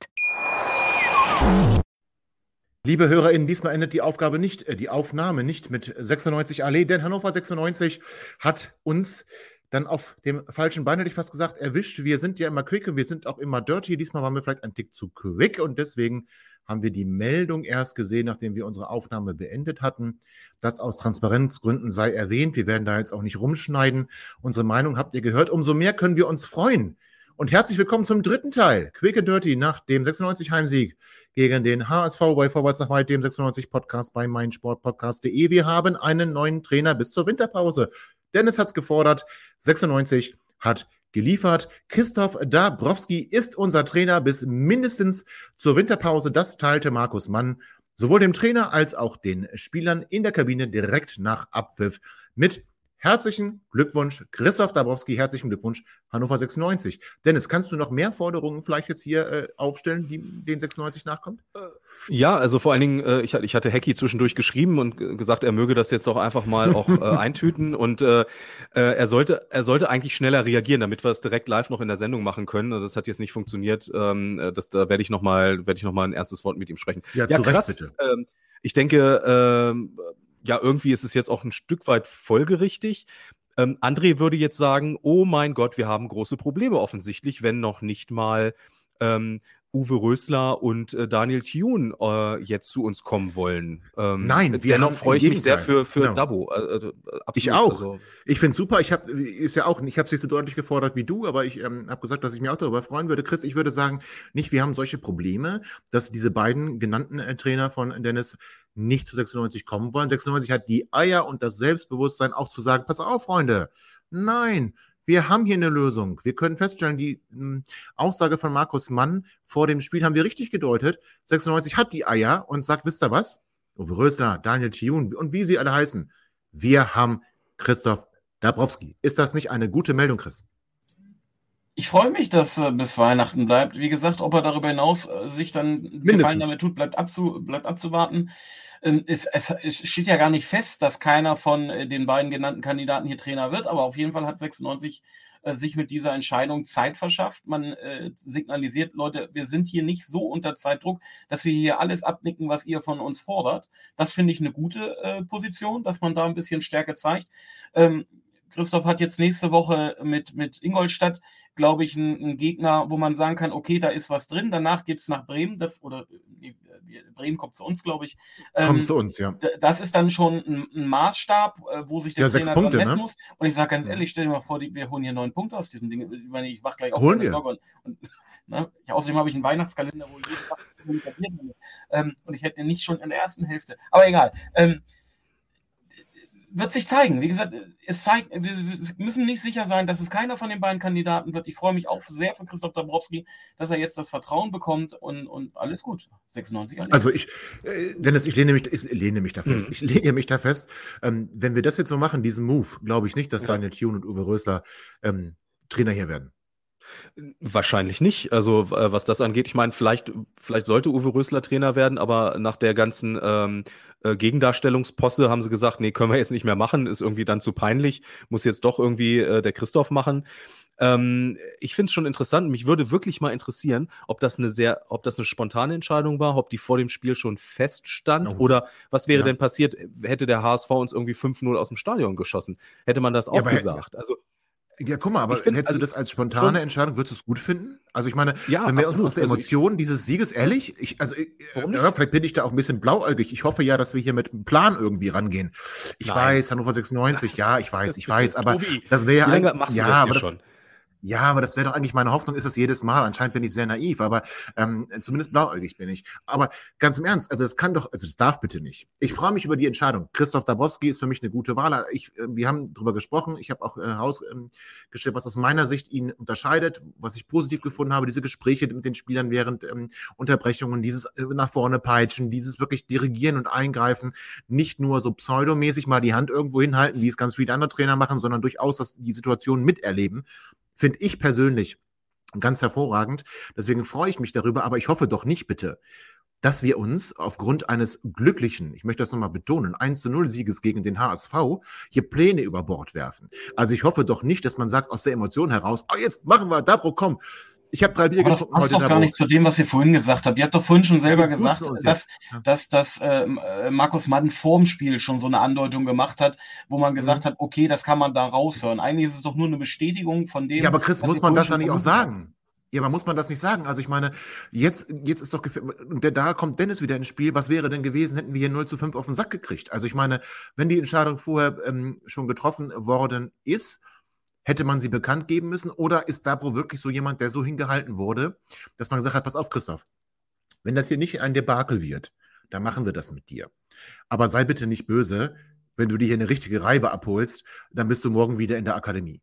[SPEAKER 2] Liebe HörerInnen, diesmal endet die Aufgabe nicht, äh, die Aufnahme nicht mit sechsundneunzig Allee, denn Hannover sechsundneunzig hat uns dann auf dem falschen Bein, hätte ich fast gesagt, erwischt. Wir sind ja immer quick und wir sind auch immer dirty. Diesmal waren wir vielleicht ein Tick zu quick und deswegen haben wir die Meldung erst gesehen, nachdem wir unsere Aufnahme beendet hatten. Das aus Transparenzgründen sei erwähnt. Wir werden da jetzt auch nicht rumschneiden. Unsere Meinung habt ihr gehört. Umso mehr können wir uns freuen. Und herzlich willkommen zum dritten Teil, Quick and Dirty, nach dem sechsundneunzig Heimsieg gegen den H S V bei Vorwärts nach Weit, dem sechsundneunzig Podcast bei meinsportpodcast punkt de. Wir haben einen neuen Trainer bis zur Winterpause. Dennis hat's gefordert, sechsundneunzig hat geliefert. Christoph Dabrowski ist unser Trainer bis mindestens zur Winterpause. Das teilte Markus Mann sowohl dem Trainer als auch den Spielern in der Kabine direkt nach Abpfiff mit. Herzlichen Glückwunsch, Christoph Dabrowski, herzlichen Glückwunsch, Hannover sechsundneunzig. Dennis, kannst du noch mehr Forderungen vielleicht jetzt hier äh, aufstellen, die den sechsundneunzig nachkommt?
[SPEAKER 4] Ja, also vor allen Dingen, äh, ich, ich hatte Hecki zwischendurch geschrieben und g- gesagt, er möge das jetzt doch einfach mal auch äh, eintüten und äh, äh, er sollte er sollte eigentlich schneller reagieren, damit wir es direkt live noch in der Sendung machen können. Also das hat jetzt nicht funktioniert. Ähm, äh, das, da werde ich nochmal werde ich noch mal ein ernstes Wort mit ihm sprechen.
[SPEAKER 2] Ja, zu Recht, bitte.
[SPEAKER 4] Ähm, ich denke, ähm, ja, irgendwie ist es jetzt auch ein Stück weit folgerichtig. Ähm, André würde jetzt sagen, oh mein Gott, wir haben große Probleme offensichtlich, wenn noch nicht mal ähm, Uwe Rösler und äh, Daniel Thune äh, jetzt zu uns kommen wollen. Ähm,
[SPEAKER 2] Nein, wir
[SPEAKER 4] dennoch
[SPEAKER 2] haben
[SPEAKER 4] freue ich
[SPEAKER 2] im
[SPEAKER 4] mich sehr
[SPEAKER 2] Gegenteil.
[SPEAKER 4] für, für
[SPEAKER 2] Genau.
[SPEAKER 4] Dabo. Äh, äh, absolut.
[SPEAKER 2] Ich auch.
[SPEAKER 4] Also,
[SPEAKER 2] Ich finde es super. Ich habe ist ja auch, ich habe es nicht so deutlich gefordert wie du, aber ich ähm, habe gesagt, dass ich mich auch darüber freuen würde. Chris, ich würde sagen, nicht, wir haben solche Probleme, dass diese beiden genannten äh, Trainer von Dennis nicht zu sechsundneunzig kommen wollen. sechsundneunzig hat die Eier und das Selbstbewusstsein auch zu sagen, pass auf, Freunde, nein, wir haben hier eine Lösung. Wir können feststellen, die mh, Aussage von Markus Mann vor dem Spiel haben wir richtig gedeutet. sechsundneunzig hat die Eier und sagt, wisst ihr was? Uwe Rösler, Daniel Thune und wie sie alle heißen. Wir haben Christoph Dabrowski. Ist das nicht eine gute Meldung, Chris?
[SPEAKER 3] Ich freue mich, dass äh, bis Weihnachten bleibt. Wie gesagt, ob er darüber hinaus äh, sich dann Gefallen damit tut, bleibt, abzu, bleibt abzuwarten. Ähm, es, es, es steht ja gar nicht fest, dass keiner von äh, den beiden genannten Kandidaten hier Trainer wird, aber auf jeden Fall hat sechsundneunzig äh, sich mit dieser Entscheidung Zeit verschafft. Man äh, signalisiert, Leute, wir sind hier nicht so unter Zeitdruck, dass wir hier alles abnicken, was ihr von uns fordert. Das finde ich eine gute äh, Position, dass man da ein bisschen Stärke zeigt. Ähm, Christoph hat jetzt nächste Woche mit, mit Ingolstadt, glaube ich, einen, einen Gegner, wo man sagen kann, okay, da ist was drin. Danach geht es nach Bremen. Das, oder nee, Bremen kommt zu uns, glaube ich. Ähm,
[SPEAKER 2] Kommt zu uns, ja.
[SPEAKER 3] Das ist dann schon ein, ein Maßstab, wo sich der
[SPEAKER 2] Ja,
[SPEAKER 3] Trainer
[SPEAKER 2] sechs Punkte,
[SPEAKER 3] dran messen
[SPEAKER 2] ne?
[SPEAKER 3] muss. Und ich sage ganz ehrlich, stell dir mal vor, die, wir holen hier neun Punkte aus diesem Ding. Ich meine, ich wach gleich auf.
[SPEAKER 2] Holen wir.
[SPEAKER 3] Und, und, ne? ich, außerdem habe ich einen Weihnachtskalender, wo jeden Tag kommuniziert wird. Ähm, und ich hätte den nicht schon in der ersten Hälfte. Aber egal. Ähm, wird sich zeigen. Wie gesagt, es zeigt, wir müssen nicht sicher sein, dass es keiner von den beiden Kandidaten wird. Ich freue mich auch sehr für Christoph Dabrowski, dass er jetzt das Vertrauen bekommt und, und alles gut. sechsundneunzig. Alles.
[SPEAKER 2] Also ich, äh, Dennis, ich lehne mich, ich lehne mich da fest. Mhm. Ich lehne mich da fest. Ähm, wenn wir das jetzt so machen, diesen Move, glaube ich nicht, dass
[SPEAKER 4] ja.
[SPEAKER 2] Daniel Thune und Uwe Rösler ähm, Trainer hier werden.
[SPEAKER 4] Wahrscheinlich nicht. Also äh, was das angeht, ich meine, vielleicht, vielleicht sollte Uwe Rösler Trainer werden, aber nach der ganzen ähm, äh, Gegendarstellungsposse haben sie gesagt, nee, können wir jetzt nicht mehr machen, ist irgendwie dann zu peinlich, muss jetzt doch irgendwie äh, der Christoph machen. Ähm, ich finde es schon interessant. Mich würde wirklich mal interessieren, ob das eine sehr, ob das eine spontane Entscheidung war, ob die vor dem Spiel schon feststand
[SPEAKER 2] Oh.
[SPEAKER 4] oder was wäre
[SPEAKER 2] Ja.
[SPEAKER 4] denn passiert, hätte der H S V uns irgendwie fünf null aus dem Stadion geschossen? Hätte man das auch
[SPEAKER 2] Ja, aber-
[SPEAKER 4] gesagt? Also
[SPEAKER 2] Ja, guck mal, aber
[SPEAKER 4] Ich find,
[SPEAKER 2] hättest
[SPEAKER 4] also,
[SPEAKER 2] du das als spontane
[SPEAKER 4] schon-
[SPEAKER 2] Entscheidung, würdest du es gut finden? Also ich meine,
[SPEAKER 4] Ja,
[SPEAKER 2] wenn wir
[SPEAKER 4] absolut.
[SPEAKER 2] uns aus der
[SPEAKER 4] Also ich-
[SPEAKER 2] Emotion dieses Sieges, ehrlich, ich, also ich,
[SPEAKER 4] Warum
[SPEAKER 2] ja,
[SPEAKER 4] nicht?
[SPEAKER 2] vielleicht bin ich da auch ein bisschen blauäugig. Ich hoffe ja, dass wir hier mit einem Plan irgendwie rangehen. Ich
[SPEAKER 4] Nein.
[SPEAKER 2] weiß, Hannover sechsundneunzig, ja, ich weiß, ich
[SPEAKER 4] Bitte,
[SPEAKER 2] weiß, aber
[SPEAKER 4] Tobi,
[SPEAKER 2] das wäre ja
[SPEAKER 4] wie lange
[SPEAKER 2] eigentlich-
[SPEAKER 4] machst du
[SPEAKER 2] ja,
[SPEAKER 4] das
[SPEAKER 2] aber
[SPEAKER 4] hier
[SPEAKER 2] das,
[SPEAKER 4] schon?
[SPEAKER 2] Ja, aber das wäre doch eigentlich meine Hoffnung, ist das jedes Mal. Anscheinend bin ich sehr naiv, aber ähm, zumindest blauäugig bin ich. Aber ganz im Ernst, also das kann doch, also das darf bitte nicht. Ich freue mich über die Entscheidung. Christoph Dabrowski ist für mich eine gute Wahl. Ich, äh, wir haben darüber gesprochen. Ich habe auch äh, herausgestellt, was aus meiner Sicht ihn unterscheidet, was ich positiv gefunden habe, diese Gespräche mit den Spielern während ähm, Unterbrechungen, dieses äh, nach vorne peitschen, dieses wirklich dirigieren und eingreifen, nicht nur so pseudomäßig mal die Hand irgendwo hinhalten, wie es ganz viele andere Trainer machen, sondern durchaus das, die Situation miterleben. Finde ich persönlich ganz hervorragend. Deswegen freue ich mich darüber, aber ich hoffe doch nicht bitte, dass wir uns aufgrund eines glücklichen, ich möchte das nochmal betonen, eins zu null Sieges gegen den H S V hier Pläne über Bord werfen. Also ich hoffe doch nicht, dass man sagt aus der Emotion heraus, oh, jetzt machen wir, Dabro, komm. Ich habe drei Bier
[SPEAKER 3] Aber das
[SPEAKER 2] getrunken
[SPEAKER 3] passt
[SPEAKER 2] heute,
[SPEAKER 3] doch gar
[SPEAKER 2] Dabro.
[SPEAKER 3] nicht zu dem, was ihr vorhin gesagt habt. Ihr habt doch vorhin schon selber
[SPEAKER 2] Wir duzen
[SPEAKER 3] gesagt,
[SPEAKER 2] uns
[SPEAKER 3] dass,
[SPEAKER 2] jetzt. Ja.
[SPEAKER 3] dass, dass ähm, äh, Markus Madden vorm Spiel schon so eine Andeutung gemacht hat, wo man gesagt
[SPEAKER 2] Mhm.
[SPEAKER 3] hat, okay, das kann man da raushören. Eigentlich ist es doch nur eine Bestätigung von dem.
[SPEAKER 2] Ja, aber Chris,
[SPEAKER 3] was
[SPEAKER 2] muss
[SPEAKER 3] ihr
[SPEAKER 2] man
[SPEAKER 3] vorhin
[SPEAKER 2] das
[SPEAKER 3] schon
[SPEAKER 2] dann nicht auch
[SPEAKER 3] vermutet habt.
[SPEAKER 2] sagen? Ja, aber muss man das nicht sagen? Also ich meine, jetzt, jetzt ist doch, gef- und der, da kommt Dennis wieder ins Spiel. Was wäre denn gewesen, hätten wir hier null zu fünf auf den Sack gekriegt? Also ich meine, wenn die Entscheidung vorher ähm, schon getroffen worden ist, hätte man sie bekannt geben müssen? Oder ist Dabro wirklich so jemand, der so hingehalten wurde, dass man gesagt hat, pass auf, Christoph, wenn das hier nicht ein Debakel wird, dann machen wir das mit dir. Aber sei bitte nicht böse, wenn du dir hier eine richtige Reibe abholst, dann bist du morgen wieder in der Akademie.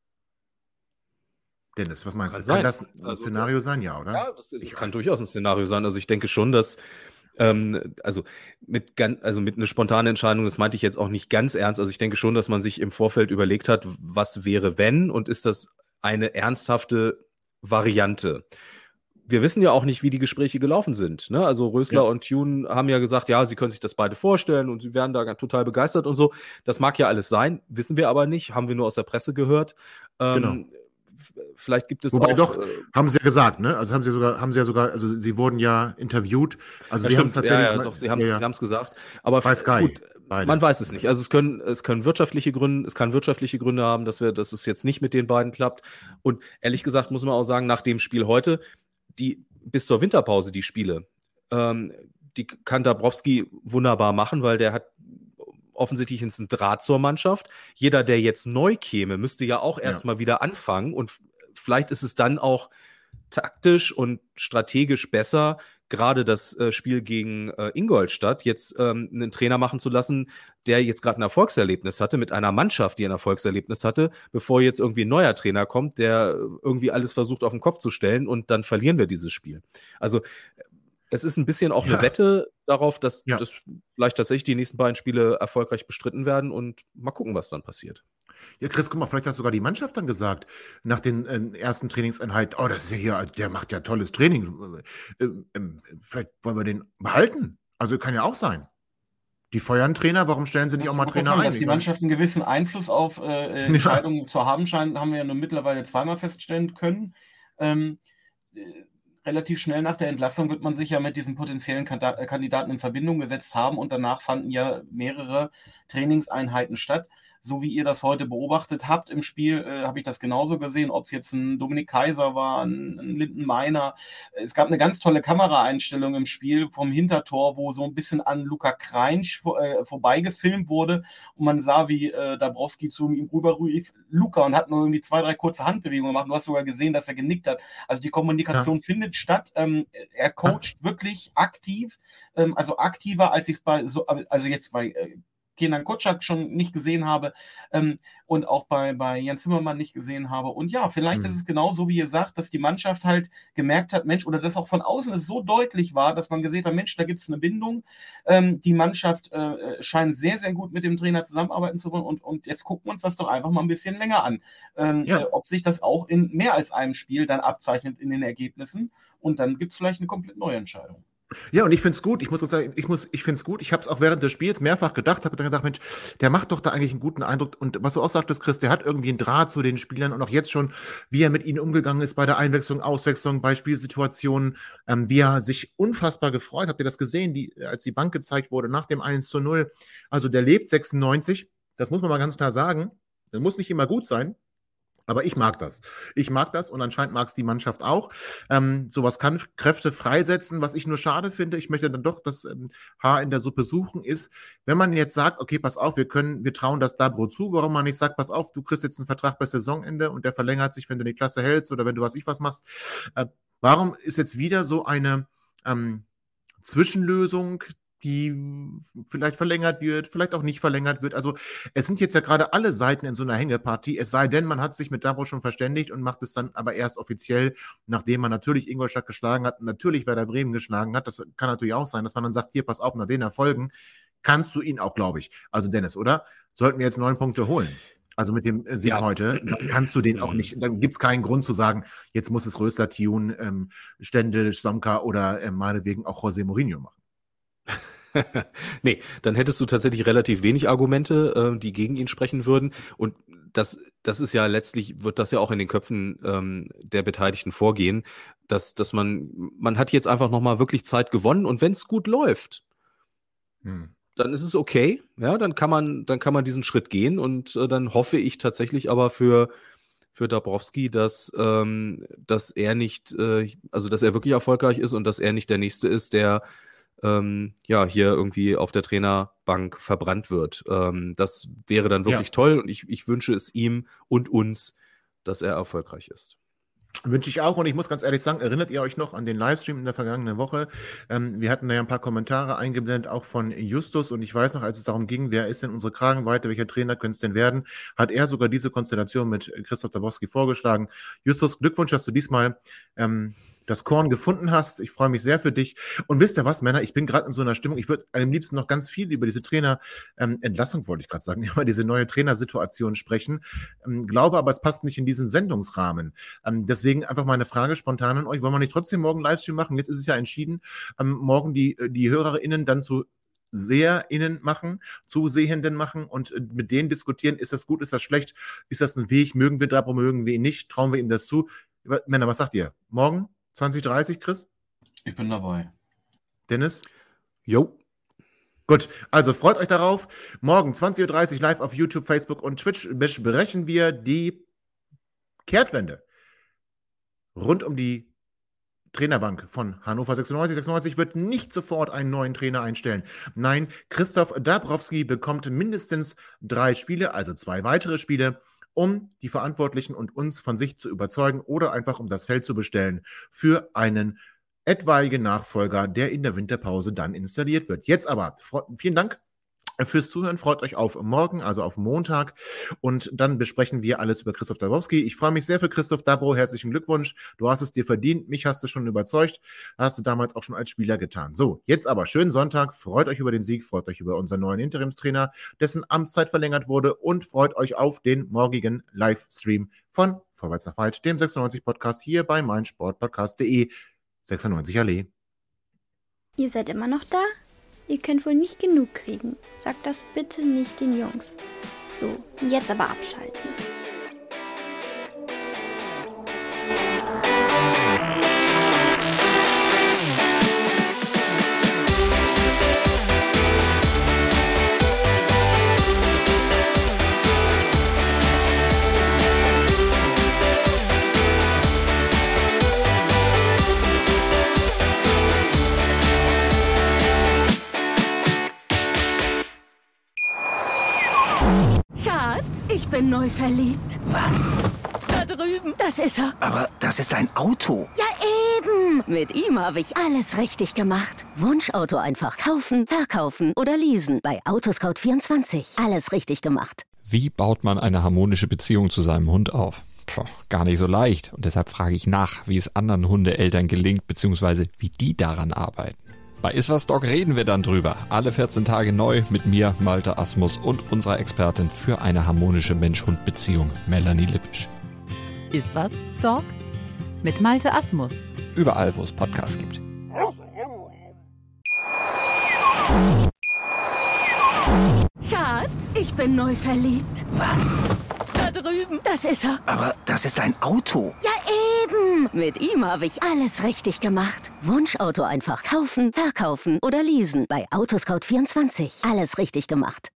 [SPEAKER 2] Dennis, was meinst
[SPEAKER 4] Kann
[SPEAKER 2] du? Kann
[SPEAKER 4] sein.
[SPEAKER 2] das ein
[SPEAKER 4] Also,
[SPEAKER 2] Szenario sein, ja, oder?
[SPEAKER 4] Ja, das ist,
[SPEAKER 2] Ich
[SPEAKER 4] kann
[SPEAKER 2] weiß.
[SPEAKER 4] durchaus ein Szenario sein. Also ich denke schon, dass ähm, also mit gan- also mit einer spontanen Entscheidung, das meinte ich jetzt auch nicht ganz ernst. Also ich denke schon, dass man sich im Vorfeld überlegt hat, was wäre wenn und ist das eine ernsthafte Variante. Wir wissen ja auch nicht, wie die Gespräche gelaufen sind. Ne? Also Rösler
[SPEAKER 2] Ja.
[SPEAKER 4] und Thune haben ja gesagt, ja, sie können sich das beide vorstellen und sie wären da total begeistert und so. Das mag ja alles sein, wissen wir aber nicht, haben wir nur aus der Presse gehört. Ähm,
[SPEAKER 2] Genau.
[SPEAKER 4] f- Vielleicht gibt es
[SPEAKER 2] Wobei
[SPEAKER 4] auch.
[SPEAKER 2] doch,
[SPEAKER 4] äh,
[SPEAKER 2] haben sie ja gesagt, ne? Also haben sie sogar, haben sie ja sogar, also sie wurden ja interviewt. Also
[SPEAKER 4] Das
[SPEAKER 2] sie haben es
[SPEAKER 4] stimmt,
[SPEAKER 2] tatsächlich.
[SPEAKER 4] ja, ja, doch, sie haben es
[SPEAKER 2] ja, ja.
[SPEAKER 4] gesagt. Aber
[SPEAKER 2] Bei
[SPEAKER 4] f-
[SPEAKER 2] Sky,
[SPEAKER 4] gut,
[SPEAKER 2] beide.
[SPEAKER 4] man weiß es nicht. Also es können, es können wirtschaftliche Gründe, es kann wirtschaftliche Gründe haben, dass wir, dass es jetzt nicht mit den beiden klappt. Und ehrlich gesagt muss man auch sagen, nach dem Spiel heute, die bis zur Winterpause die Spiele, ähm, die kann Dabrowski wunderbar machen, weil der hat offensichtlich ist ein Draht zur Mannschaft. Jeder, der jetzt neu käme, müsste ja auch
[SPEAKER 2] Ja.
[SPEAKER 4] erstmal wieder anfangen und f- vielleicht ist es dann auch taktisch und strategisch besser, gerade das äh, Spiel gegen äh, Ingolstadt jetzt ähm, einen Trainer machen zu lassen, der jetzt gerade ein Erfolgserlebnis hatte, mit einer Mannschaft, die ein Erfolgserlebnis hatte, bevor jetzt irgendwie ein neuer Trainer kommt, der irgendwie alles versucht auf den Kopf zu stellen und dann verlieren wir dieses Spiel. Also es ist ein bisschen auch
[SPEAKER 2] Ja.
[SPEAKER 4] eine Wette darauf, dass
[SPEAKER 2] Ja.
[SPEAKER 4] das vielleicht tatsächlich die nächsten beiden Spiele erfolgreich bestritten werden und mal gucken, was dann passiert.
[SPEAKER 2] Ja, Chris, guck mal, vielleicht hat sogar die Mannschaft dann gesagt, nach den äh, ersten Trainingseinheiten, oh, das ist ja hier, der macht ja tolles Training. Äh, äh, vielleicht wollen wir den behalten. Also kann ja auch sein. Die feuern Trainer, warum stellen sie nicht
[SPEAKER 3] Das
[SPEAKER 2] auch mal
[SPEAKER 3] ist
[SPEAKER 2] Trainer
[SPEAKER 3] interessant,
[SPEAKER 2] ein?
[SPEAKER 3] dass
[SPEAKER 2] Ich
[SPEAKER 3] die
[SPEAKER 2] meine-
[SPEAKER 3] Mannschaft einen gewissen Einfluss auf äh, Entscheidungen zu haben scheint, haben wir ja nur mittlerweile zweimal feststellen können. Ähm, äh, relativ schnell nach der Entlassung wird man sich ja mit diesen potenziellen Kanda- äh, Kandidaten in Verbindung gesetzt haben und danach fanden ja mehrere Trainingseinheiten statt. So wie ihr das heute beobachtet habt im Spiel, äh, habe ich das genauso gesehen, ob es jetzt ein Dominik Kaiser war, ein, ein Linden Meiner. Es gab eine ganz tolle Kameraeinstellung im Spiel vom Hintertor, wo so ein bisschen an Luca Kreinsch vor, äh, vorbeigefilmt wurde und man sah, wie äh, Dabrowski zu ihm rüberrief, Luca, und hat nur irgendwie zwei, drei kurze Handbewegungen gemacht. Du hast sogar gesehen, dass er genickt hat. Also die Kommunikation findet statt. Ähm, er coacht wirklich aktiv, ähm, also aktiver, als ich es bei, so, also jetzt bei äh, Kenan Kotschak schon nicht gesehen habe ähm, und auch bei, bei Jens Zimmermann nicht gesehen habe. Und ja, vielleicht mhm. ist es genau so, wie ihr sagt, dass die Mannschaft halt gemerkt hat, Mensch, oder dass auch von außen es so deutlich war, dass man gesehen hat, Mensch, da gibt es eine Bindung. Ähm, die Mannschaft äh, scheint sehr, sehr gut mit dem Trainer zusammenarbeiten zu wollen und, und jetzt gucken wir uns das doch einfach mal ein bisschen länger an. Ähm, ja. äh, ob sich das auch in mehr als einem Spiel dann abzeichnet in den Ergebnissen und dann gibt es vielleicht eine komplett neue Entscheidung.
[SPEAKER 2] Ja, und ich finde es gut, ich muss sagen, ich muss, ich finde es gut, ich habe es auch während des Spiels mehrfach gedacht, habe dann gedacht, Mensch, der macht doch da eigentlich einen guten Eindruck und was du auch sagtest, Chris, der hat irgendwie einen Draht zu den Spielern und auch jetzt schon, wie er mit ihnen umgegangen ist bei der Einwechslung, Auswechslung, bei Spielsituationen, ähm, wie er sich unfassbar gefreut, habt ihr das gesehen, die, als die Bank gezeigt wurde nach dem eins zu null, also der lebt sechsundneunzig, das muss man mal ganz klar sagen, das muss nicht immer gut sein, aber ich mag das. Ich mag das und anscheinend mag es die Mannschaft auch. Ähm, sowas kann Kräfte freisetzen. Was ich nur schade finde, ich möchte dann doch das ähm, Haar in der Suppe suchen, ist, wenn man jetzt sagt, okay, pass auf, wir können, wir trauen das Dabro zu, warum man nicht sagt, pass auf, du kriegst jetzt einen Vertrag bis Saisonende und der verlängert sich, wenn du die Klasse hältst oder wenn du was ich was machst. Äh, warum ist jetzt wieder so eine ähm, Zwischenlösung, die vielleicht verlängert wird, vielleicht auch nicht verlängert wird. Also es sind jetzt ja gerade alle Seiten in so einer Hängepartie, es sei denn, man hat sich mit Dabro schon verständigt und macht es dann aber erst offiziell, nachdem man natürlich Ingolstadt geschlagen hat, natürlich Werder Bremen geschlagen hat. Das kann natürlich auch sein, dass man dann sagt, hier, pass auf, nach den Erfolgen kannst du ihn auch, glaube ich. Also Dennis, oder? Sollten wir jetzt neun Punkte holen? Also mit dem Sieg ja. heute, dann kannst du den auch nicht, dann gibt es keinen Grund zu sagen, jetzt muss es Rösler, Thiun, ähm, Stendel, Slomka oder äh, meinetwegen auch José Mourinho machen.
[SPEAKER 4] Nee, dann hättest du tatsächlich relativ wenig Argumente, äh, die gegen ihn sprechen würden. Und das, das ist ja letztlich, wird das ja auch in den Köpfen ähm, der Beteiligten vorgehen, dass, dass man, man hat jetzt einfach nochmal wirklich Zeit gewonnen und wenn es gut läuft, hm. dann ist es okay. Ja, dann kann man, dann kann man diesen Schritt gehen und äh, dann hoffe ich tatsächlich aber für für Dabrowski, dass, ähm, dass er nicht, äh, also dass er wirklich erfolgreich ist und dass er nicht der Nächste ist, der Ähm, ja, hier irgendwie auf der Trainerbank verbrannt wird. Ähm, das wäre dann wirklich ja. toll und ich, ich wünsche es ihm und uns, dass er erfolgreich ist.
[SPEAKER 2] Wünsche ich auch und ich muss ganz ehrlich sagen, erinnert ihr euch noch an den Livestream in der vergangenen Woche? Ähm, wir hatten da ja ein paar Kommentare eingeblendet, auch von Justus und ich weiß noch, als es darum ging, wer ist denn unsere Kragenweite, welcher Trainer könnte es denn werden, hat er sogar diese Konstellation mit Christoph Dabrowski vorgeschlagen. Justus, Glückwunsch, dass du diesmal ähm, das Korn gefunden hast. Ich freue mich sehr für dich. Und wisst ihr was, Männer, ich bin gerade in so einer Stimmung, ich würde am liebsten noch ganz viel über diese Trainer-Entlassung, ähm, wollte ich gerade sagen, über diese neue Trainersituation sprechen, ähm, glaube aber, es passt nicht in diesen Sendungsrahmen. Ähm, deswegen einfach mal eine Frage spontan an euch. Wollen wir nicht trotzdem morgen Livestream machen? Jetzt ist es ja entschieden, ähm, morgen die, die HörerInnen dann zu SeherInnen machen, Zusehenden machen und mit denen diskutieren, ist das gut, ist das schlecht, ist das ein Weg, mögen wir Dabro, mögen wir ihn nicht, trauen wir ihm das zu? Männer, was sagt ihr? Morgen? zwanzig dreißig, Chris?
[SPEAKER 3] Ich bin dabei.
[SPEAKER 2] Dennis?
[SPEAKER 4] Jo.
[SPEAKER 2] Gut, also freut euch darauf. Morgen zwanzig Uhr dreißig live auf YouTube, Facebook und Twitch besprechen wir die Kehrtwende rund um die Trainerbank von Hannover sechsundneunzig. sechsundneunzig wird nicht sofort einen neuen Trainer einstellen. Nein, Christoph Dabrowski bekommt mindestens drei Spiele, also zwei weitere Spiele, um die Verantwortlichen und uns von sich zu überzeugen oder einfach um das Feld zu bestellen für einen etwaigen Nachfolger, der in der Winterpause dann installiert wird. Jetzt aber, vielen Dank fürs Zuhören, freut euch auf morgen, also auf Montag und dann besprechen wir alles über Christoph Dabrowski. Ich freue mich sehr für Christoph Dabro, herzlichen Glückwunsch, du hast es dir verdient, mich hast du schon überzeugt, hast du damals auch schon als Spieler getan. So, jetzt aber schönen Sonntag, freut euch über den Sieg, freut euch über unseren neuen Interimstrainer, dessen Amtszeit verlängert wurde und freut euch auf den morgigen Livestream von Vorwärts nach Weit, dem sechsundneunzig Podcast hier bei meinsportpodcast punkt de. sechsundneunzig Allee.
[SPEAKER 1] Ihr seid immer noch da? Ihr könnt wohl nicht genug kriegen. Sagt das bitte nicht den Jungs. So, jetzt aber abschalten.
[SPEAKER 5] Schatz, ich bin neu verliebt.
[SPEAKER 6] Was?
[SPEAKER 5] Da drüben. Das ist er.
[SPEAKER 6] Aber das ist ein Auto.
[SPEAKER 5] Ja, eben. eben. Mit ihm habe ich alles richtig gemacht. Wunschauto einfach kaufen, verkaufen oder leasen. Bei Autoscout vierundzwanzig. Alles richtig gemacht.
[SPEAKER 10] Wie baut man eine harmonische Beziehung zu seinem Hund auf? Puh, gar nicht so leicht. Und deshalb frage ich nach, wie es anderen Hundeeltern gelingt, beziehungsweise wie die daran arbeiten. Bei Iswas Dog reden wir dann drüber. Alle vierzehn Tage neu mit mir, Malte Asmus und unserer Expertin für eine harmonische Mensch-Hund-Beziehung, Melanie Lippisch.
[SPEAKER 11] Iswas Dog mit Malte Asmus.
[SPEAKER 10] Überall, wo es Podcasts gibt.
[SPEAKER 5] Schatz, ich bin neu verliebt.
[SPEAKER 6] Was?
[SPEAKER 5] Da drüben. Das ist er.
[SPEAKER 6] Aber das ist ein Auto.
[SPEAKER 5] Ja, eben. Mit ihm habe ich alles richtig gemacht. Wunschauto einfach kaufen, verkaufen oder leasen. Bei Autoscout vierundzwanzig. Alles richtig gemacht.